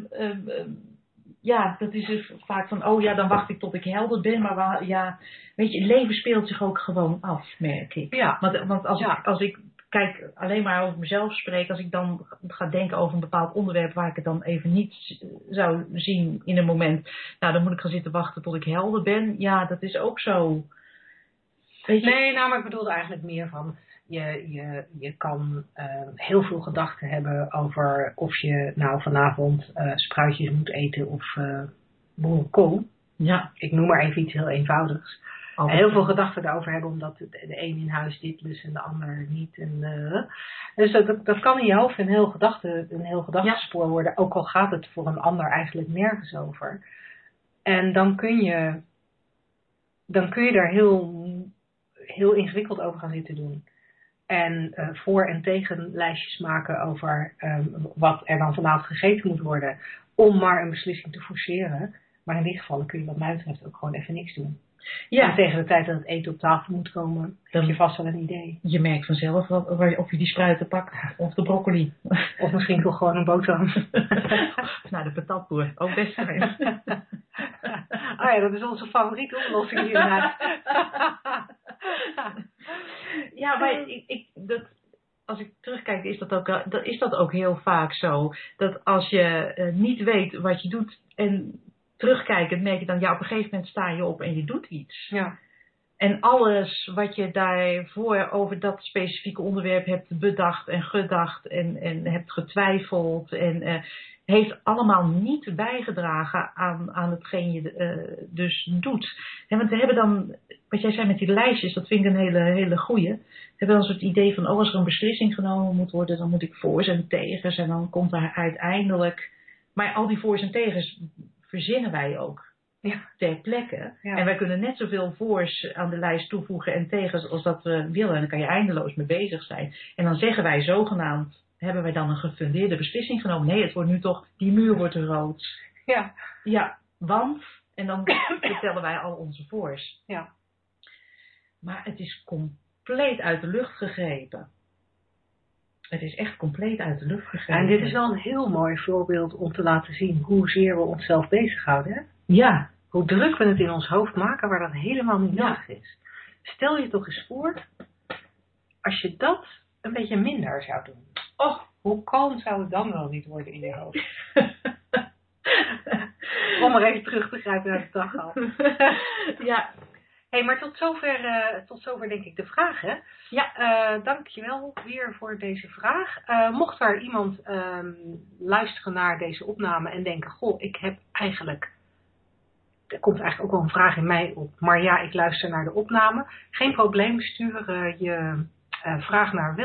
dat is dus vaak van, dan wacht ik tot ik helder ben. Maar weet je, het leven speelt zich ook gewoon af, merk ik. Ja. Want als ik kijk, alleen maar over mezelf spreek, als ik dan ga denken over een bepaald onderwerp waar ik het dan even niet zou zien in een moment, nou, dan moet ik gaan zitten wachten tot ik helder ben. Ja, dat is ook zo. Weet je? Nee, maar ik bedoelde eigenlijk meer van, je kan heel veel gedachten hebben over of je nou vanavond spruitjes moet eten of boerenkool. Ja. Ik noem maar even iets heel eenvoudigs. Heel veel gedachten daarover hebben, omdat de een in huis dit lust en de ander niet. Dus dat kan in je hoofd een heel gedachtenspoor worden, ook al gaat het voor een ander eigenlijk nergens over. En dan kun je daar heel ingewikkeld over gaan zitten doen. En voor- en tegenlijstjes maken over wat er dan vanavond gegeten moet worden, om maar een beslissing te forceren. Maar in dit geval kun je wat mij betreft ook gewoon even niks doen. Ja. En tegen de tijd dat het eten op tafel moet komen, heb je vast wel een idee. Je merkt vanzelf of je die spruiten pakt of de broccoli. Of misschien toch gewoon een boterham. Nou, de patatboer, ook best fijn. Dat is onze favoriete oplossing hiernaast. Ja, maar als ik terugkijk, is dat ook heel vaak zo. Dat als je niet weet wat je doet en terugkijkend merk je dan, op een gegeven moment sta je op en je doet iets. Ja. En alles wat je daarvoor over dat specifieke onderwerp hebt bedacht en gedacht en hebt getwijfeld en heeft allemaal niet bijgedragen aan hetgeen je dus doet. En want we hebben dan, wat jij zei met die lijstjes, dat vind ik een hele goeie. We hebben dan een soort idee van, als er een beslissing genomen moet worden, dan moet ik voor's en tegens en dan komt er uiteindelijk, maar al die voor's en tegens verzinnen wij ook ter plekke. Ja. En wij kunnen net zoveel voor's aan de lijst toevoegen en tegens als dat we willen. En daar kan je eindeloos mee bezig zijn. En dan zeggen wij zogenaamd, hebben wij dan een gefundeerde beslissing genomen? Nee, het wordt nu toch, die muur wordt rood. Ja. Ja, want, en dan vertellen wij al onze voor's. Ja. Maar het is compleet uit de lucht gegrepen. Het is echt compleet uit de lucht gegrepen. En dit is wel een heel mooi voorbeeld om te laten zien hoezeer we onszelf bezighouden. Hè? Ja. Hoe druk we het in ons hoofd maken waar dat helemaal niet nodig is. Stel je toch eens voor, als je dat een beetje minder zou doen. Hoe kalm zou het dan wel niet worden in je hoofd? Om maar even terug te grijpen naar de dag al. Ja. Maar tot zover denk ik de vragen. Ja. Dankjewel weer voor deze vraag. Mocht er iemand luisteren naar deze opname en denken, ik heb eigenlijk, er komt eigenlijk ook wel een vraag in mij op, maar ik luister naar de opname. Geen probleem, stuur je vraag naar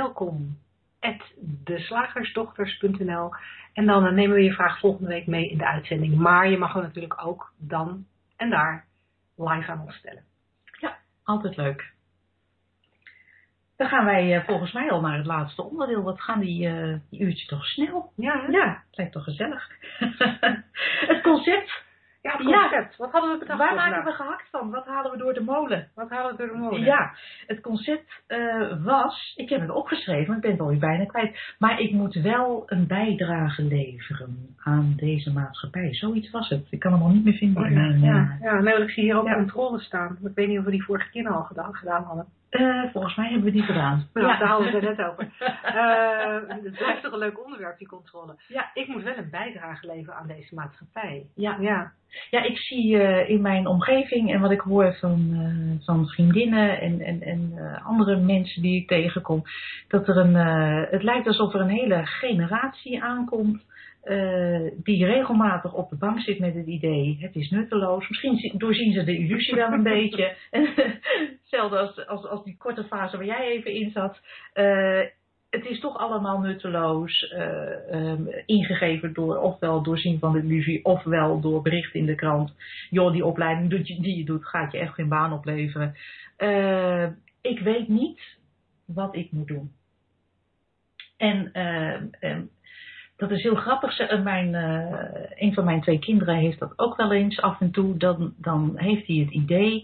welkom@deslagersdochters.nl en dan nemen we je vraag volgende week mee in de uitzending. Maar je mag hem natuurlijk ook dan en daar live aan ons stellen. Altijd leuk. Dan gaan wij volgens mij al naar het laatste onderdeel. Wat gaan die uurtjes toch snel? Ja, het lijkt toch gezellig. Het concept. Ja, het concept. Wat hadden we bedacht? Waar maken we gehakt van? Wat halen we door de molen? Ja, het concept was, ik heb het opgeschreven, maar ik ben het alweer bijna kwijt. Maar ik moet wel een bijdrage leveren aan deze maatschappij. Zoiets was het. Ik kan hem al niet meer vinden. Ik zie hier ook controle staan. Ik weet niet of we die vorige keer al gedaan hadden. Volgens mij hebben we die gedaan. Daar hadden we het net over. Het blijft toch een leuk onderwerp, die controle. Ja. Ik moet wel een bijdrage leveren aan deze maatschappij. Ja, ik zie in mijn omgeving en wat ik hoor van vriendinnen en andere mensen die ik tegenkom, dat er het lijkt alsof er een hele generatie aankomt die regelmatig op de bank zit met het idee, het is nutteloos. Misschien doorzien ze de illusie wel een beetje. Hetzelfde als die korte fase waar jij even in zat. Het is toch allemaal nutteloos, ingegeven door ofwel doorzien van de illusie, ofwel door berichten in de krant. Joh, die opleiding die je doet, gaat je echt geen baan opleveren. Ik weet niet wat ik moet doen. En dat is heel grappig. Een van mijn 2 kinderen heeft dat ook wel eens af en toe. Dan heeft hij het idee,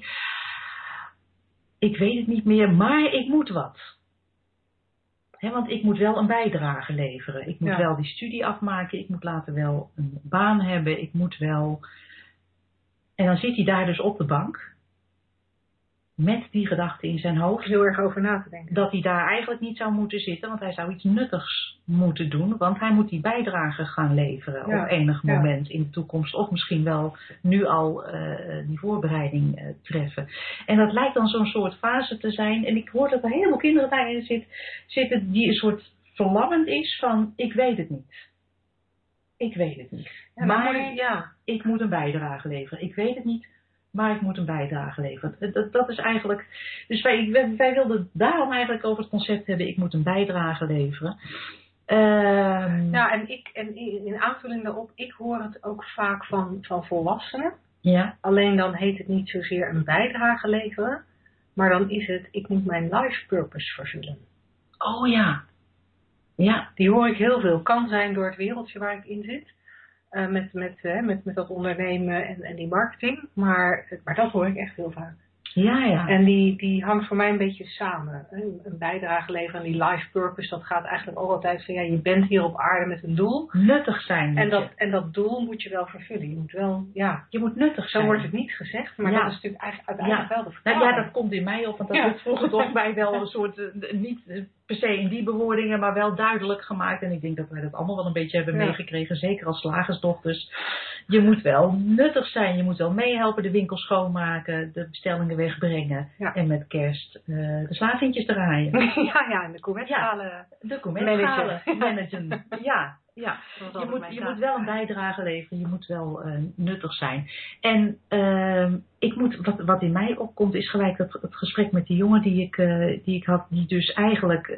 ik weet het niet meer, maar ik moet wat. Want ik moet wel een bijdrage leveren. Ik moet wel die studie afmaken. Ik moet later wel een baan hebben. Ik moet wel... En dan zit hij daar dus op de bank. Met die gedachte in zijn hoofd. Heel erg over na te denken. Dat hij daar eigenlijk niet zou moeten zitten. Want hij zou iets nuttigs moeten doen. Want hij moet die bijdrage gaan leveren. Op enig moment in de toekomst. Of misschien wel nu al die voorbereiding treffen. En dat lijkt dan zo'n soort fase te zijn. En ik hoor dat er heel veel kinderen daarin zitten. Die een soort verlammend is van ik weet het niet. Ik weet het niet. Ja, maar ik moet een bijdrage leveren. Ik weet het niet. Maar ik moet een bijdrage leveren. Dat is eigenlijk... Dus wij wilden daarom eigenlijk over het concept hebben. Ik moet een bijdrage leveren. En in aanvulling daarop, ik hoor het ook vaak van volwassenen. Ja. Alleen dan heet het niet zozeer een bijdrage leveren. Maar dan is het, ik moet mijn life purpose vervullen. Oh ja. Ja. Die hoor ik heel veel. Kan zijn door het wereldje waar ik in zit. Met dat ondernemen en die marketing. Maar dat hoor ik echt heel vaak. Ja. En die hangt voor mij een beetje samen. Een bijdrage leveren aan die life purpose. Dat gaat eigenlijk ook altijd van je bent hier op aarde met een doel. Nuttig zijn. En dat doel moet je wel vervullen. Je moet wel, je moet nuttig zijn. Zo wordt het niet gezegd. Maar dat is natuurlijk uiteindelijk wel de vertaling. Nou ja, dat komt in mij op. Want dat wordt vroeger toch bij wel een soort, niet per se in die bewoordingen, maar wel duidelijk gemaakt. En ik denk dat wij dat allemaal wel een beetje hebben meegekregen. Zeker als slagersdochters. Je moet wel nuttig zijn. Je moet wel meehelpen, de winkel schoonmaken, de bestellingen wegbrengen. Ja. En met kerst de slaafvindjes draaien. En de couvertschalen. De couvertschalen managen. Ja. Je moet wel een bijdrage leveren. Je moet wel nuttig zijn. En wat in mij opkomt is gelijk het gesprek met die jongen die ik had. Die dus eigenlijk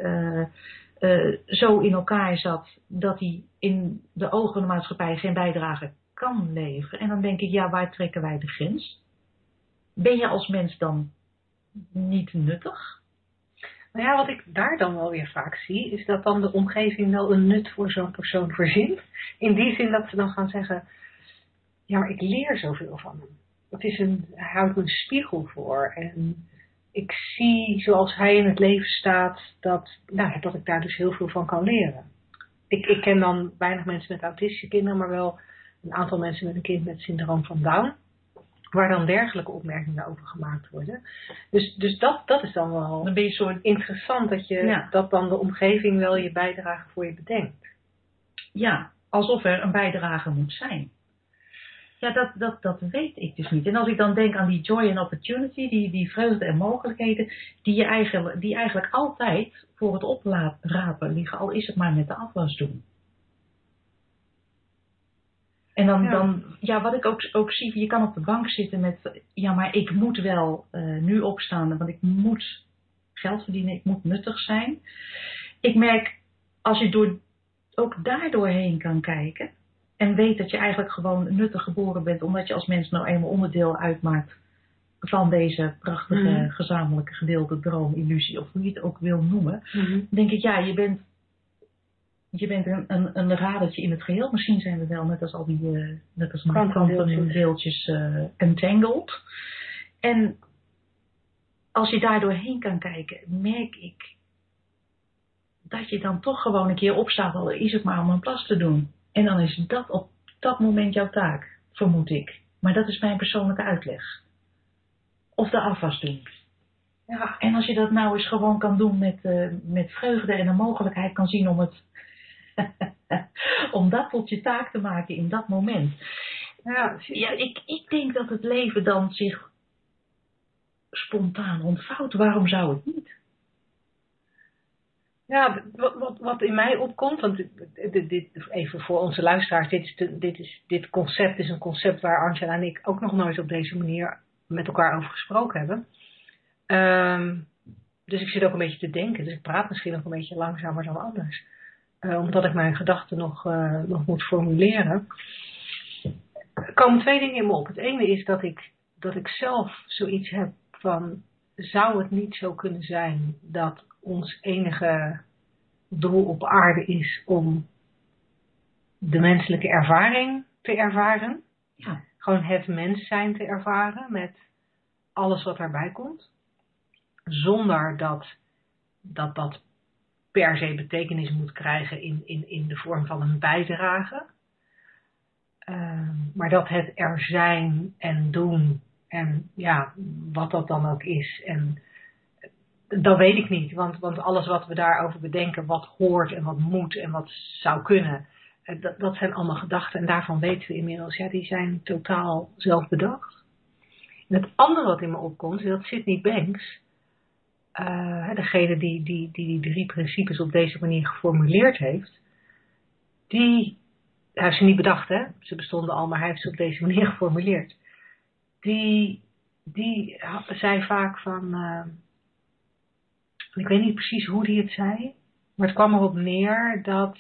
zo in elkaar zat dat hij in de ogen van de maatschappij geen bijdrage kan leveren. En dan denk ik, waar trekken wij de grens? Ben je als mens dan niet nuttig? Nou ja, wat ik daar dan wel weer vaak zie, is dat dan de omgeving wel een nut voor zo'n persoon verzint. In die zin dat ze dan gaan zeggen, ja, maar ik leer zoveel van hem. Hij houdt me een spiegel voor. En ik zie zoals hij in het leven staat, dat ik daar dus heel veel van kan leren. Ik ken dan weinig mensen met autistische kinderen, maar wel een aantal mensen met een kind met syndroom van Down. Waar dan dergelijke opmerkingen over gemaakt worden. Dus dat is dan wel dan ben je soort interessant dat dan de omgeving wel je bijdrage voor je bedenkt. Ja, alsof er een bijdrage moet zijn. Ja, dat weet ik dus niet. En als ik dan denk aan die joy and opportunity, die vreugde en mogelijkheden, die eigenlijk altijd voor het oprapen liggen, al is het maar met de afwas doen. En dan wat ik ook zie, je kan op de bank zitten met, maar ik moet wel nu opstaan, want ik moet geld verdienen, ik moet nuttig zijn. Ik merk, als je ook daardoorheen kan kijken en weet dat je eigenlijk gewoon nuttig geboren bent, omdat je als mens nou eenmaal onderdeel uitmaakt van deze prachtige gezamenlijke gedeelde droom, illusie, of hoe je het ook wil noemen, denk ik, je bent een radertje in het geheel. Misschien zijn we wel net als al die kwantumdeeltjes entangled. En als je daar doorheen kan kijken, merk ik dat je dan toch gewoon een keer opstaat, al is het maar om een plas te doen. En dan is dat op dat moment jouw taak, vermoed ik. Maar dat is mijn persoonlijke uitleg. Of de afwas doen. Ja. En als je dat nou eens gewoon kan doen met vreugde en een mogelijkheid kan zien om dat tot je taak te maken in dat moment. Ja, ik denk dat het leven dan zich spontaan ontvouwt. Waarom zou het niet? Ja, wat in mij opkomt, want dit, even voor onze luisteraars, dit concept is een concept waar Angela en ik ook nog nooit op deze manier met elkaar over gesproken hebben. Dus ik zit ook een beetje te denken, dus ik praat misschien nog een beetje langzamer dan anders. Omdat ik mijn gedachten nog moet formuleren. Er komen 2 dingen in me op. Het ene is dat ik zelf zoiets heb van, zou het niet zo kunnen zijn dat ons enige doel op aarde is om de menselijke ervaring te ervaren. Ja. Gewoon het mens zijn te ervaren met alles wat daarbij komt. Zonder dat per se betekenis moet krijgen in de vorm van een bijdrage. Maar dat het er zijn en doen en ja, wat dat dan ook is. En dat weet ik niet, want alles wat we daarover bedenken, wat hoort en wat moet en wat zou kunnen, dat zijn allemaal gedachten en daarvan weten we inmiddels, ja, die zijn totaal zelfbedacht. En het andere wat in me opkomt, is dat Sydney Banks, degene die 3 principes op deze manier geformuleerd heeft, hij heeft ze niet bedacht, hè? Ze bestonden al, maar hij heeft ze op deze manier geformuleerd. Die zei vaak van, ik weet niet precies hoe hij het zei, maar het kwam erop neer dat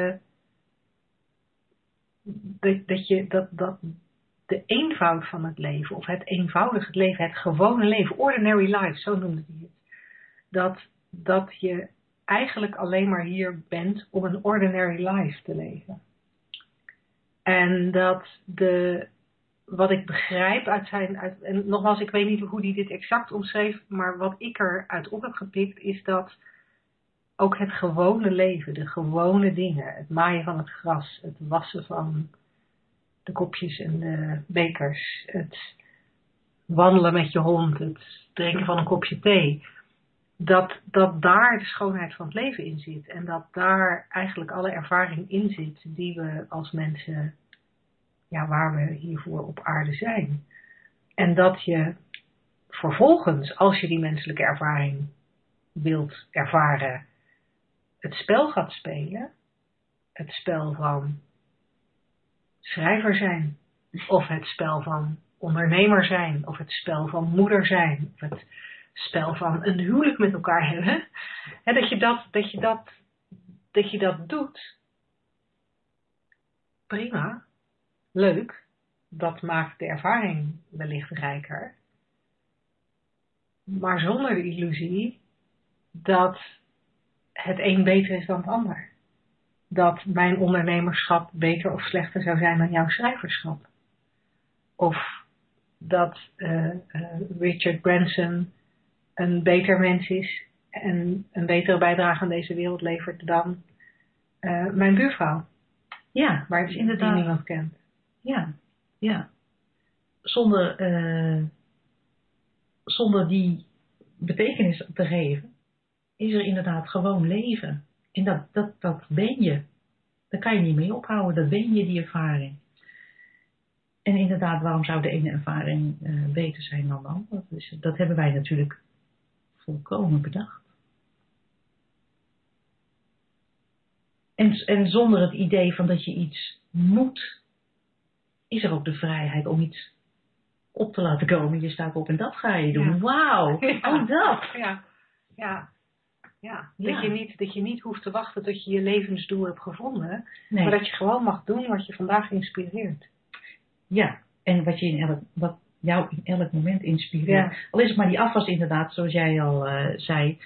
de eenvoud van het leven, of het eenvoudige leven, het gewone leven, ordinary life, zo noemde hij het. Dat je eigenlijk alleen maar hier bent om een ordinary life te leven. En dat wat ik begrijp en nogmaals, ik weet niet hoe hij dit exact omschreef, maar wat ik eruit op heb gepikt is dat ook het gewone leven, de gewone dingen, het maaien van het gras, het wassen van de kopjes en de bekers, het wandelen met je hond, het drinken van een kopje thee, dat daar de schoonheid van het leven in zit en dat daar eigenlijk alle ervaring in zit die we als mensen, ja, waar we hiervoor op aarde zijn. En dat je vervolgens, als je die menselijke ervaring wilt ervaren, het spel gaat spelen. Het spel van schrijver zijn. Of het spel van ondernemer zijn. Of het spel van moeder zijn. Of het spel van een huwelijk met elkaar hebben. En dat je dat doet. Prima. Leuk. Dat maakt de ervaring wellicht rijker. Maar zonder de illusie dat het een beter is dan het ander. Dat mijn ondernemerschap beter of slechter zou zijn dan jouw schrijverschap. Of dat Richard Branson een beter mens is en een betere bijdrage aan deze wereld levert dan mijn buurvrouw. Ja, waar dus inderdaad die niemand kent. Ja. Zonder die betekenis te geven, is er inderdaad gewoon leven. En dat ben je. Daar kan je niet mee ophouden. Dat ben je, die ervaring. En inderdaad, waarom zou de ene ervaring beter zijn dan de andere? Dus dat hebben wij natuurlijk volkomen bedacht. En zonder het idee van dat je iets moet, is er ook de vrijheid om iets op te laten komen. Je staat op en dat ga je doen. Ja. Wauw, oh dat. Ja. Dat je niet hoeft te wachten tot je je levensdoel hebt gevonden. Nee. Maar dat je gewoon mag doen wat je vandaag inspireert. Ja, en wat jou in elk moment inspireert. Ja. Al is het maar die afwas inderdaad, zoals jij al zei.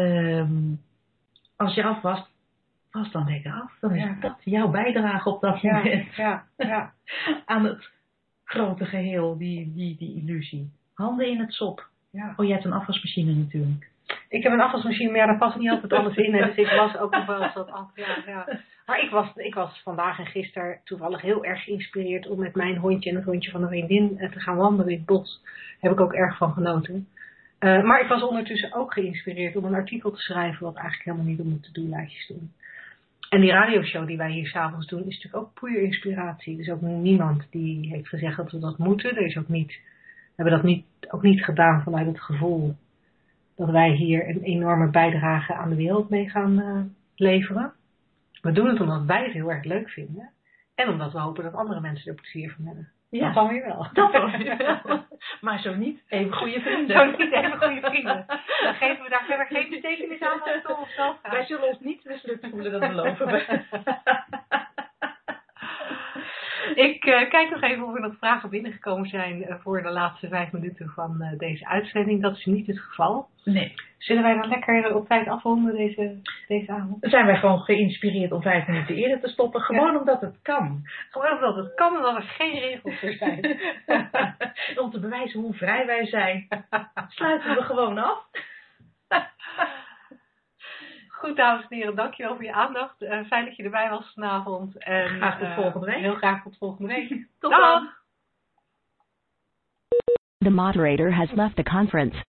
Als je afwast, was dan lekker af. Dan is dat jouw bijdrage op dat moment. Ja. Aan het grote geheel, die illusie. Handen in het sop. Ja. Oh, jij hebt een afwasmachine natuurlijk. Ik heb een afwasmachine, maar daar past niet altijd alles in. Dus ik was ook nog wel eens wat af. Ja. Maar ik was vandaag en gisteren toevallig heel erg geïnspireerd om met mijn hondje en het hondje van een vriendin te gaan wandelen in het bos. Daar heb ik ook erg van genoten. Maar ik was ondertussen ook geïnspireerd om een artikel te schrijven wat eigenlijk helemaal niet op mijn to-do-lijstjes stond. En die radioshow die wij hier s'avonds doen is natuurlijk ook puur inspiratie. Er is ook niemand die heeft gezegd dat we dat moeten. We hebben dat ook niet gedaan vanuit het gevoel dat wij hier een enorme bijdrage aan de wereld mee gaan leveren. We doen het omdat wij het heel erg leuk vinden. En omdat we hopen dat andere mensen er plezier van hebben. Ja. Dat dan weer wel. Dat dan weer wel. Maar zo niet, even goede vrienden. Zo niet even goede vrienden. Dan geven we daar verder geen betekenis aan als het om onszelf gaat. Wij zullen ons niet mislukt voelen, dat beloven we. Ik kijk nog even of er nog vragen binnengekomen zijn voor de laatste 5 minuten van deze uitzending. Dat is niet het geval. Nee. Zullen wij dan lekker op tijd afronden deze avond? Dan zijn wij gewoon geïnspireerd om 5 minuten eerder te stoppen. Gewoon omdat het kan. Gewoon omdat het kan, omdat er geen regels voor zijn. Om te bewijzen hoe vrij wij zijn. Sluiten we gewoon af. Goed, dames en heren, dankjewel voor je aandacht. Fijn dat je erbij was vanavond. En, graag tot volgende week. Heel graag tot volgende week. Tot dan. The moderator has left the conference.